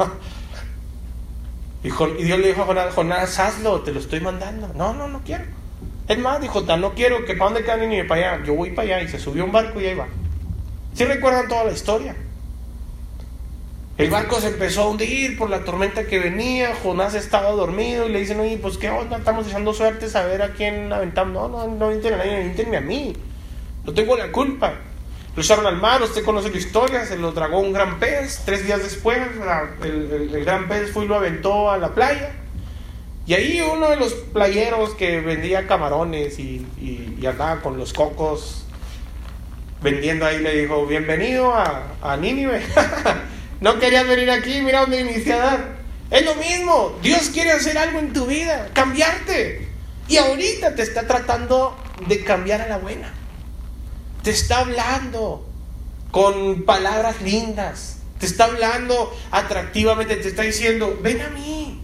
Y Dios le dijo a Jonás: Jonás, hazlo, te lo estoy mandando. No quiero. Es más, dijo: no quiero, que para dónde queda Nínive, para allá. Yo voy para allá. Y se subió a un barco y ahí va. ¿Sí recuerdan toda la historia? El barco se empezó a hundir por la tormenta que venía. Jonás estaba dormido y le dicen, oye, pues qué onda, estamos echando suerte a ver a quién aventamos. No avienten a nadie, avientenme a mí, no tengo la culpa. Lo echaron al mar, usted conoce la historia, se lo tragó un gran pez. 3 días después el gran pez fue y lo aventó a la playa. Y ahí uno de los playeros que vendía camarones y andaba con los cocos vendiendo ahí, le dijo, bienvenido a Nínive. No querías venir aquí, mira dónde viniste a dar. Es lo mismo, Dios quiere hacer algo en tu vida, cambiarte. Y ahorita te está tratando de cambiar a la buena. Te está hablando con palabras lindas, te está hablando atractivamente, te está diciendo, ven a mí.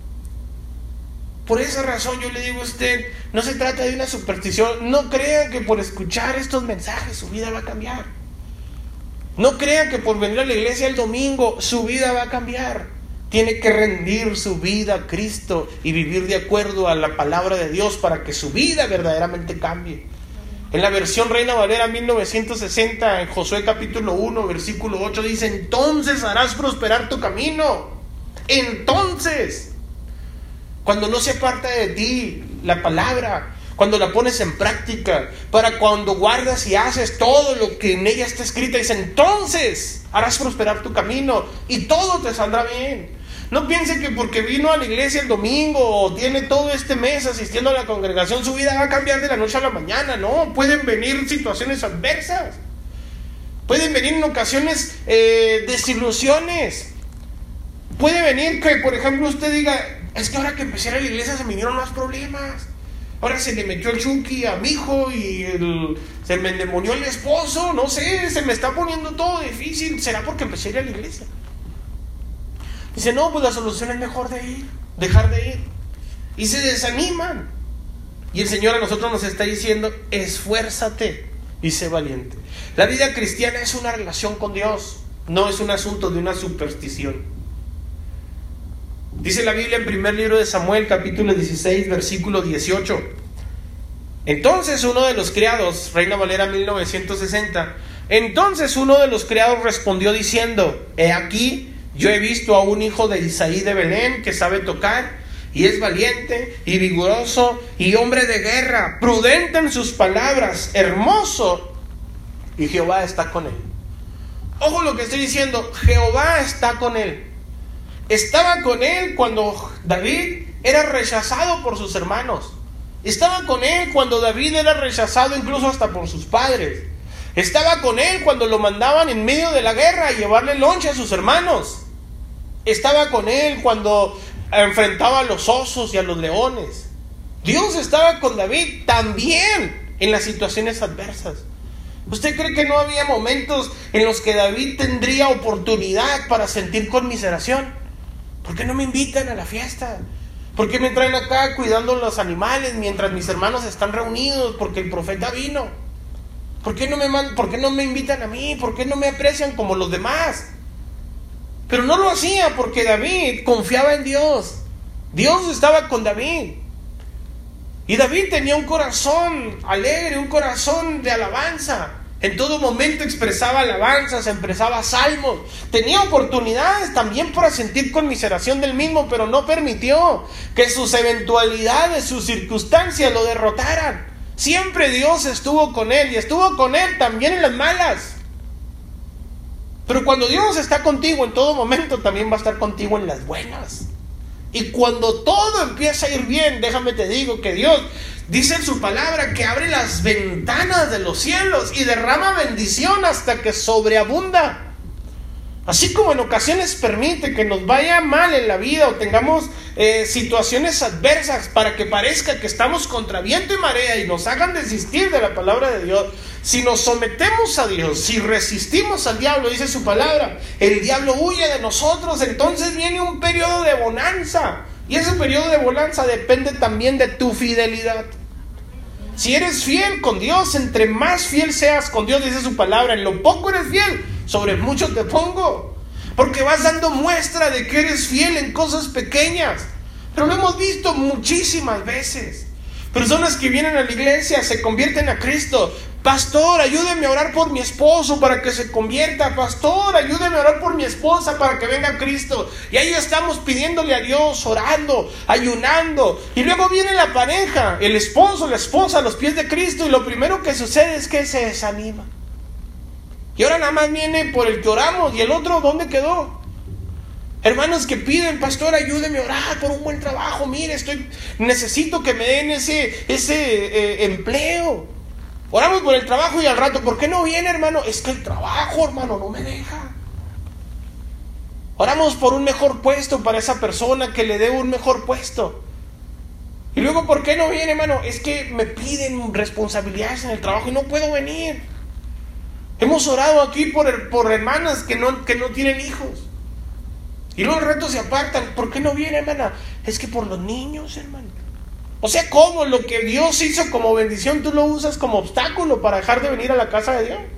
Por esa razón yo le digo a usted, no se trata de una superstición. No crea que por escuchar estos mensajes su vida va a cambiar. No crea que por venir a la iglesia el domingo su vida va a cambiar. Tiene que rendir su vida a Cristo y vivir de acuerdo a la palabra de Dios para que su vida verdaderamente cambie. En la versión Reina Valera 1960, en Josué capítulo 1, versículo 8, dice, entonces harás prosperar tu camino. Entonces, cuando no se aparta de ti la palabra, cuando la pones en práctica, para cuando guardas y haces todo lo que en ella está escrita, dice, entonces harás prosperar tu camino y todo te saldrá bien. No piense que porque vino a la iglesia el domingo o tiene todo este mes asistiendo a la congregación, su vida va a cambiar de la noche a la mañana. No, pueden venir situaciones adversas. Pueden venir en ocasiones desilusiones. Puede venir que, por ejemplo, usted diga, es que ahora que empecé a ir a la iglesia se me vinieron más problemas. Ahora se le metió el Chucky a mi hijo y se me endemonió el esposo. No sé, se me está poniendo todo difícil. ¿Será porque empecé a ir a la iglesia? Dice, no, pues la solución es mejor dejar de ir. Y se desaniman. Y el Señor a nosotros nos está diciendo, esfuérzate y sé valiente. La vida cristiana es una relación con Dios, no es un asunto de una superstición. Dice la Biblia en primer libro de Samuel, capítulo 16, versículo 18. Entonces uno de los criados, Reina Valera 1960, entonces uno de los criados respondió diciendo, he aquí, yo he visto a un hijo de Isaí de Belén que sabe tocar y es valiente y vigoroso y hombre de guerra, prudente en sus palabras, hermoso, y Jehová está con él. Ojo lo que estoy diciendo, Jehová está con él. Estaba con él cuando David era rechazado por sus hermanos. Estaba con él cuando David era rechazado incluso hasta por sus padres. Estaba con él cuando lo mandaban en medio de la guerra a llevarle lonche a sus hermanos. Estaba con él cuando enfrentaba a los osos y a los leones. Dios estaba con David también en las situaciones adversas. ¿Usted cree que no había momentos en los que David tendría oportunidad para sentir conmiseración? ¿Por qué no me invitan a la fiesta? ¿Por qué me traen acá cuidando los animales mientras mis hermanos están reunidos? Porque el profeta vino. ¿Por qué no me invitan a mí? ¿Por qué no me aprecian como los demás? Pero no lo hacía porque David confiaba en Dios. Dios estaba con David. Y David tenía un corazón alegre, un corazón de alabanza. En todo momento expresaba alabanzas, expresaba salmos. Tenía oportunidades también para sentir conmiseración del mismo, pero no permitió que sus eventualidades, sus circunstancias lo derrotaran. Siempre Dios estuvo con él y estuvo con él también en las malas. Pero cuando Dios está contigo en todo momento, también va a estar contigo en las buenas. Y cuando todo empieza a ir bien, déjame te digo que Dios dice en su palabra que abre las ventanas de los cielos y derrama bendición hasta que sobreabunda. Así como en ocasiones permite que nos vaya mal en la vida o tengamos situaciones adversas para que parezca que estamos contra viento y marea y nos hagan desistir de la palabra de Dios. Si nos sometemos a Dios, si resistimos al diablo, dice su palabra, el diablo huye de nosotros. Entonces viene un periodo de bonanza. Y ese periodo de bonanza depende también de tu fidelidad. Si eres fiel con Dios, entre más fiel seas con Dios, dice su palabra, en lo poco eres fiel, sobre mucho te pongo. Porque vas dando muestra de que eres fiel en cosas pequeñas. Pero lo hemos visto muchísimas veces. Personas que vienen a la iglesia, se convierten a Cristo. Pastor, ayúdeme a orar por mi esposo para que se convierta. Pastor, ayúdeme a orar por mi esposa para que venga a Cristo. Y ahí estamos pidiéndole a Dios, orando, ayunando. Y luego viene la pareja, el esposo, la esposa a los pies de Cristo. Y lo primero que sucede es que se desanima. Y ahora nada más viene por el que oramos. ¿Y el otro dónde quedó? Hermanos que piden, pastor, ayúdeme a orar por un buen trabajo. Mire, necesito que me den ese empleo. Oramos por el trabajo y al rato, ¿por qué no viene, hermano? Es que el trabajo, hermano, no me deja. Oramos por un mejor puesto para esa persona, que le dé un mejor puesto. Y luego, ¿por qué no viene, hermano? Es que me piden responsabilidades en el trabajo y no puedo venir. Hemos orado aquí por hermanas que no tienen hijos. Y luego el reto se apartan. ¿Por qué no viene, hermana? Es que por los niños, hermano. O sea, ¿cómo? Lo que Dios hizo como bendición, tú lo usas como obstáculo para dejar de venir a la casa de Dios.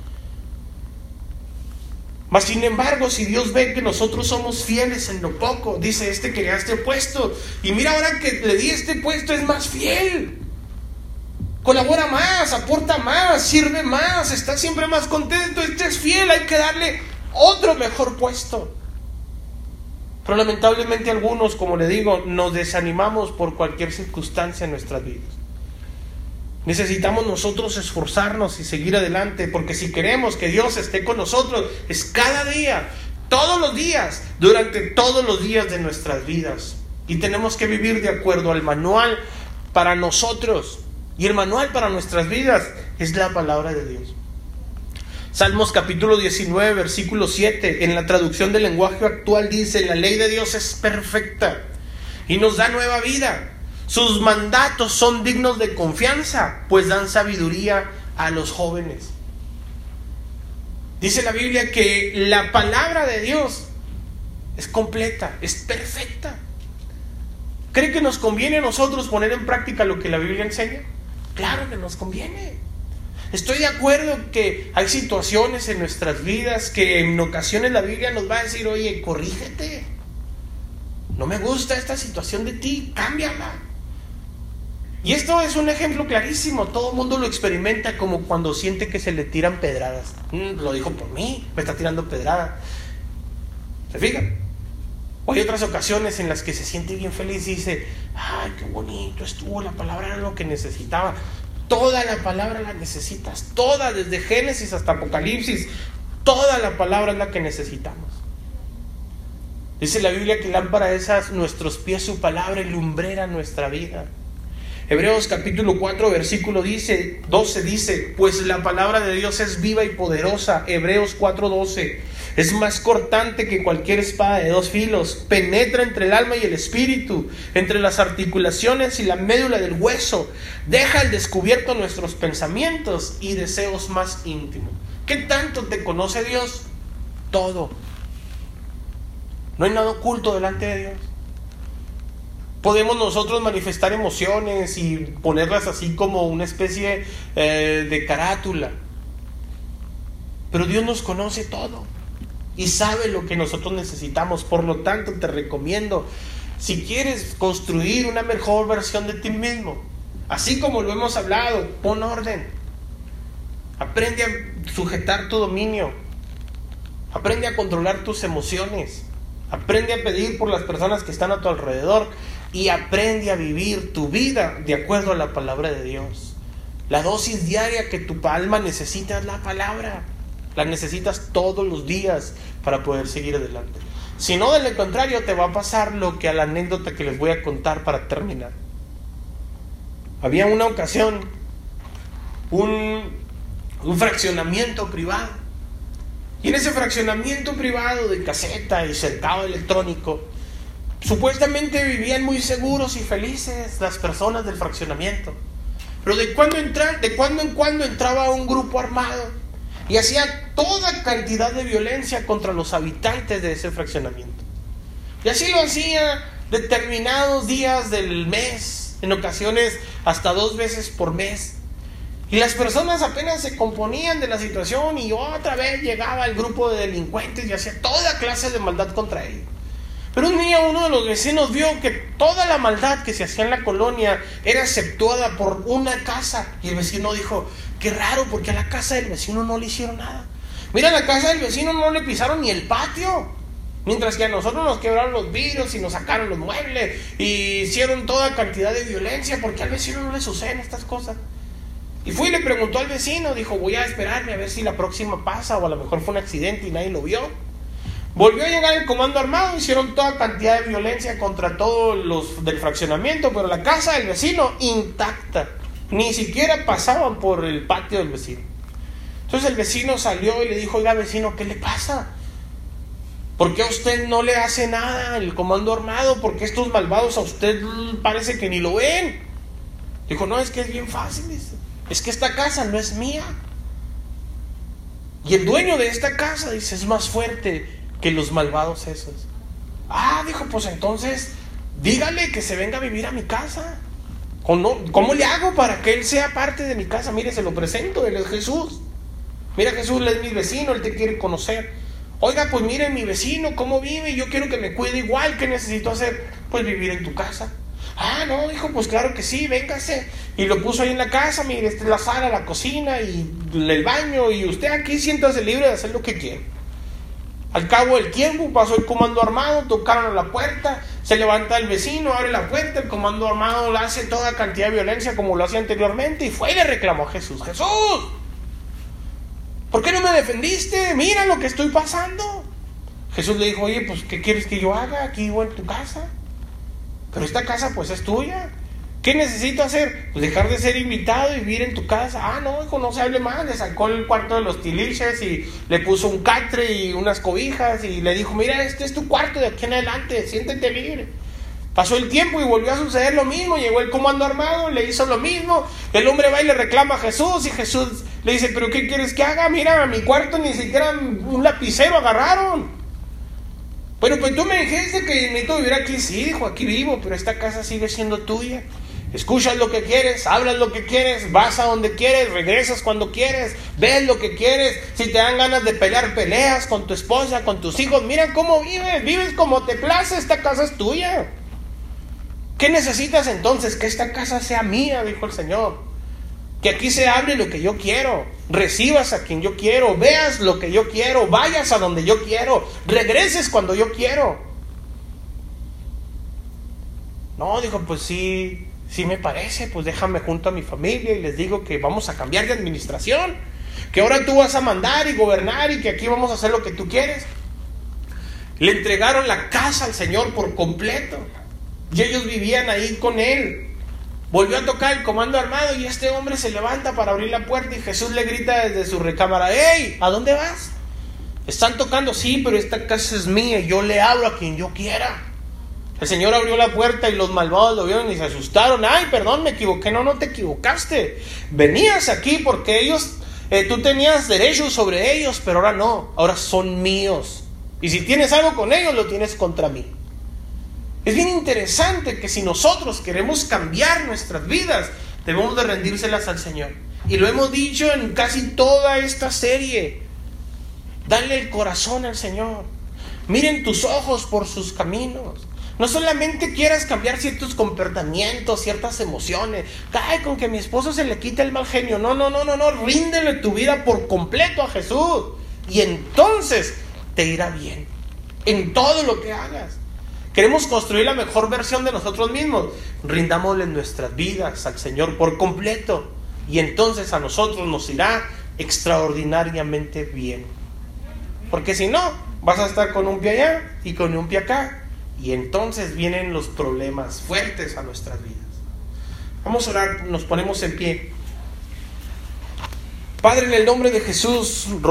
Mas sin embargo, si Dios ve que nosotros somos fieles en lo poco, dice, quería este puesto. Y mira, ahora que le di este puesto es más fiel. Colabora más, aporta más, sirve más, está siempre más contento. Este es fiel, hay que darle otro mejor puesto. Pero lamentablemente algunos, como le digo, nos desanimamos por cualquier circunstancia en nuestras vidas. Necesitamos nosotros esforzarnos y seguir adelante, porque si queremos que Dios esté con nosotros, es cada día, todos los días, durante todos los días de nuestras vidas. Y tenemos que vivir de acuerdo al manual para nosotros. Y el manual para nuestras vidas es la palabra de Dios. Salmos capítulo 19, versículo 7, en la traducción del lenguaje actual dice: la ley de Dios es perfecta y nos da nueva vida. Sus mandatos son dignos de confianza, pues dan sabiduría a los jóvenes. Dice la Biblia que la palabra de Dios es completa, es perfecta. ¿Cree que nos conviene a nosotros poner en práctica lo que la Biblia enseña? Claro que nos conviene. Estoy de acuerdo que hay situaciones en nuestras vidas que en ocasiones la Biblia nos va a decir: oye, corrígete, no me gusta esta situación de ti, cámbiala. Y esto es un ejemplo clarísimo. Todo el mundo lo experimenta, como cuando siente que se le tiran pedradas. Lo dijo por mí, me está tirando pedrada. ¿Se fijan? O hay otras ocasiones en las que se siente bien feliz y dice: ay, qué bonito estuvo, la palabra era lo que necesitaba. Toda la palabra la necesitas, toda, desde Génesis hasta Apocalipsis, toda la palabra es la que necesitamos. Dice la Biblia que lámpara es a nuestros pies su palabra y lumbrera nuestra vida. Hebreos capítulo 4 versículo 12 dice: pues la palabra de Dios es viva y poderosa. Hebreos 4:12, es más cortante que cualquier espada de dos filos, penetra entre el alma y el espíritu, entre las articulaciones y la médula del hueso, deja al descubierto nuestros pensamientos y deseos más íntimos. ¿Qué tanto te conoce Dios? Todo. No hay nada oculto delante de Dios. Podemos nosotros manifestar emociones y ponerlas así como una especie de carátula, pero Dios nos conoce todo y sabe lo que nosotros necesitamos. Por lo tanto, te recomiendo, si quieres construir una mejor versión de ti mismo, así como lo hemos hablado, pon orden, aprende a sujetar tu dominio, aprende a controlar tus emociones, aprende a pedir por las personas que están a tu alrededor y aprende a vivir tu vida de acuerdo a la palabra de Dios. La dosis diaria que tu alma necesita es la palabra. La necesitas todos los días para poder seguir adelante. Si no, de lo contrario, te va a pasar lo que a la anécdota que les voy a contar para terminar. Había una ocasión un fraccionamiento privado. Y en ese fraccionamiento privado de caseta y cercado electrónico, supuestamente vivían muy seguros y felices las personas del fraccionamiento. Pero de cuando en cuando entraba un grupo armado y hacía toda cantidad de violencia contra los habitantes de ese fraccionamiento. Y así lo hacía determinados días del mes, en ocasiones hasta 2 veces por mes. Y las personas apenas se componían de la situación y otra vez llegaba el grupo de delincuentes y hacía toda clase de maldad contra ellos. Pero un día uno de los vecinos vio que toda la maldad que se hacía en la colonia era exceptuada por una casa. Y el vecino dijo, qué raro, porque a la casa del vecino no le hicieron nada. Mira, a la casa del vecino no le pisaron ni el patio. Mientras que a nosotros nos quebraron los vidrios y nos sacaron los muebles y hicieron toda cantidad de violencia, porque al vecino no le suceden estas cosas. Y fue y le preguntó al vecino, dijo, voy a esperarme a ver si la próxima pasa, o a lo mejor fue un accidente y nadie lo vio. Volvió a llegar el comando armado, hicieron toda cantidad de violencia contra todos los del fraccionamiento, pero la casa del vecino intacta, ni siquiera pasaban por el patio del vecino. Entonces el vecino salió y le dijo, oiga vecino, ¿qué le pasa? ¿Por qué a usted no le hace nada el comando armado? ¿Por qué estos malvados a usted parece que ni lo ven? Dijo, no, es que es bien fácil, es que esta casa no es mía. Y el dueño de esta casa, dice, es más fuerte que los malvados esos. Ah, dijo, pues entonces dígale que se venga a vivir a mi casa. ¿Cómo le hago para que él sea parte de mi casa? Mire, se lo presento, él es Jesús. Mira, Jesús, él es mi vecino, él te quiere conocer. Oiga, pues mire mi vecino, cómo vive, yo quiero que me cuide igual. ¿Qué necesito hacer? Pues vivir en tu casa. Ah, no, dijo, pues claro que sí, véngase. Y lo puso ahí en la casa, mire, esta es la sala, la cocina y el baño, y usted aquí siéntase libre de hacer lo que quiere. Al cabo del tiempo pasó el comando armado, tocaron a la puerta, se levanta el vecino, abre la puerta, el comando armado le hace toda cantidad de violencia como lo hacía anteriormente, y fue y le reclamó a Jesús, Jesús, ¿por qué no me defendiste? Mira lo que estoy pasando. Jesús le dijo, oye, pues ¿qué quieres que yo haga aquí o en tu casa? Pero esta casa pues es tuya. ¿Qué necesito hacer? Pues dejar de ser invitado y vivir en tu casa. Ah, no, hijo, no se hable más. Le sacó el cuarto de los tiliches y le puso un catre y unas cobijas y le dijo, mira, este es tu cuarto de aquí en adelante, siéntete libre. Pasó el tiempo y volvió a suceder lo mismo. Llegó el comando armado, le hizo lo mismo. El hombre va y le reclama a Jesús, y Jesús le dice, ¿pero qué quieres que haga? Mira, a mi cuarto ni siquiera un lapicero agarraron. Bueno, pues tú me dijiste que necesito vivir aquí. Sí, dijo, aquí vivo, pero esta casa sigue siendo tuya. Escuchas lo que quieres, hablas lo que quieres, vas a donde quieres, regresas cuando quieres, ves lo que quieres. Si te dan ganas de pelear, peleas con tu esposa, con tus hijos. Mira cómo vives como te place, esta casa es tuya. ¿Qué necesitas entonces? Que esta casa sea mía, dijo el Señor. Que aquí se hable lo que yo quiero, recibas a quien yo quiero, veas lo que yo quiero, vayas a donde yo quiero, regreses cuando yo quiero. No, dijo, pues sí me parece, pues déjame junto a mi familia y les digo que vamos a cambiar de administración, que ahora tú vas a mandar y gobernar y que aquí vamos a hacer lo que tú quieres. Le entregaron la casa al Señor por completo y ellos vivían ahí con él. Volvió a tocar el comando armado y este hombre se levanta para abrir la puerta y Jesús le grita desde su recámara, ¡hey! ¿A dónde vas? Están tocando, sí, pero esta casa es mía y yo le hablo a quien yo quiera. El Señor abrió la puerta y los malvados lo vieron y se asustaron. ¡Ay, perdón, me equivoqué! No te equivocaste. Venías aquí porque ellos, tú tenías derechos sobre ellos, pero ahora no, ahora son míos. Y si tienes algo con ellos, lo tienes contra mí. Es bien interesante que si nosotros queremos cambiar nuestras vidas, debemos de rendírselas al Señor. Y lo hemos dicho en casi toda esta serie. Dale el corazón al Señor. Miren tus ojos por sus caminos. No solamente quieras cambiar ciertos comportamientos, ciertas emociones. Ay, con que mi esposo se le quite el mal genio. No. Ríndele tu vida por completo a Jesús. Y entonces te irá bien en todo lo que hagas. Queremos construir la mejor versión de nosotros mismos. Rindámosle nuestras vidas al Señor por completo. Y entonces a nosotros nos irá extraordinariamente bien. Porque si no, vas a estar con un pie allá y con un pie acá. Y entonces vienen los problemas fuertes a nuestras vidas. Vamos a orar, nos ponemos en pie. Padre, en el nombre de Jesús,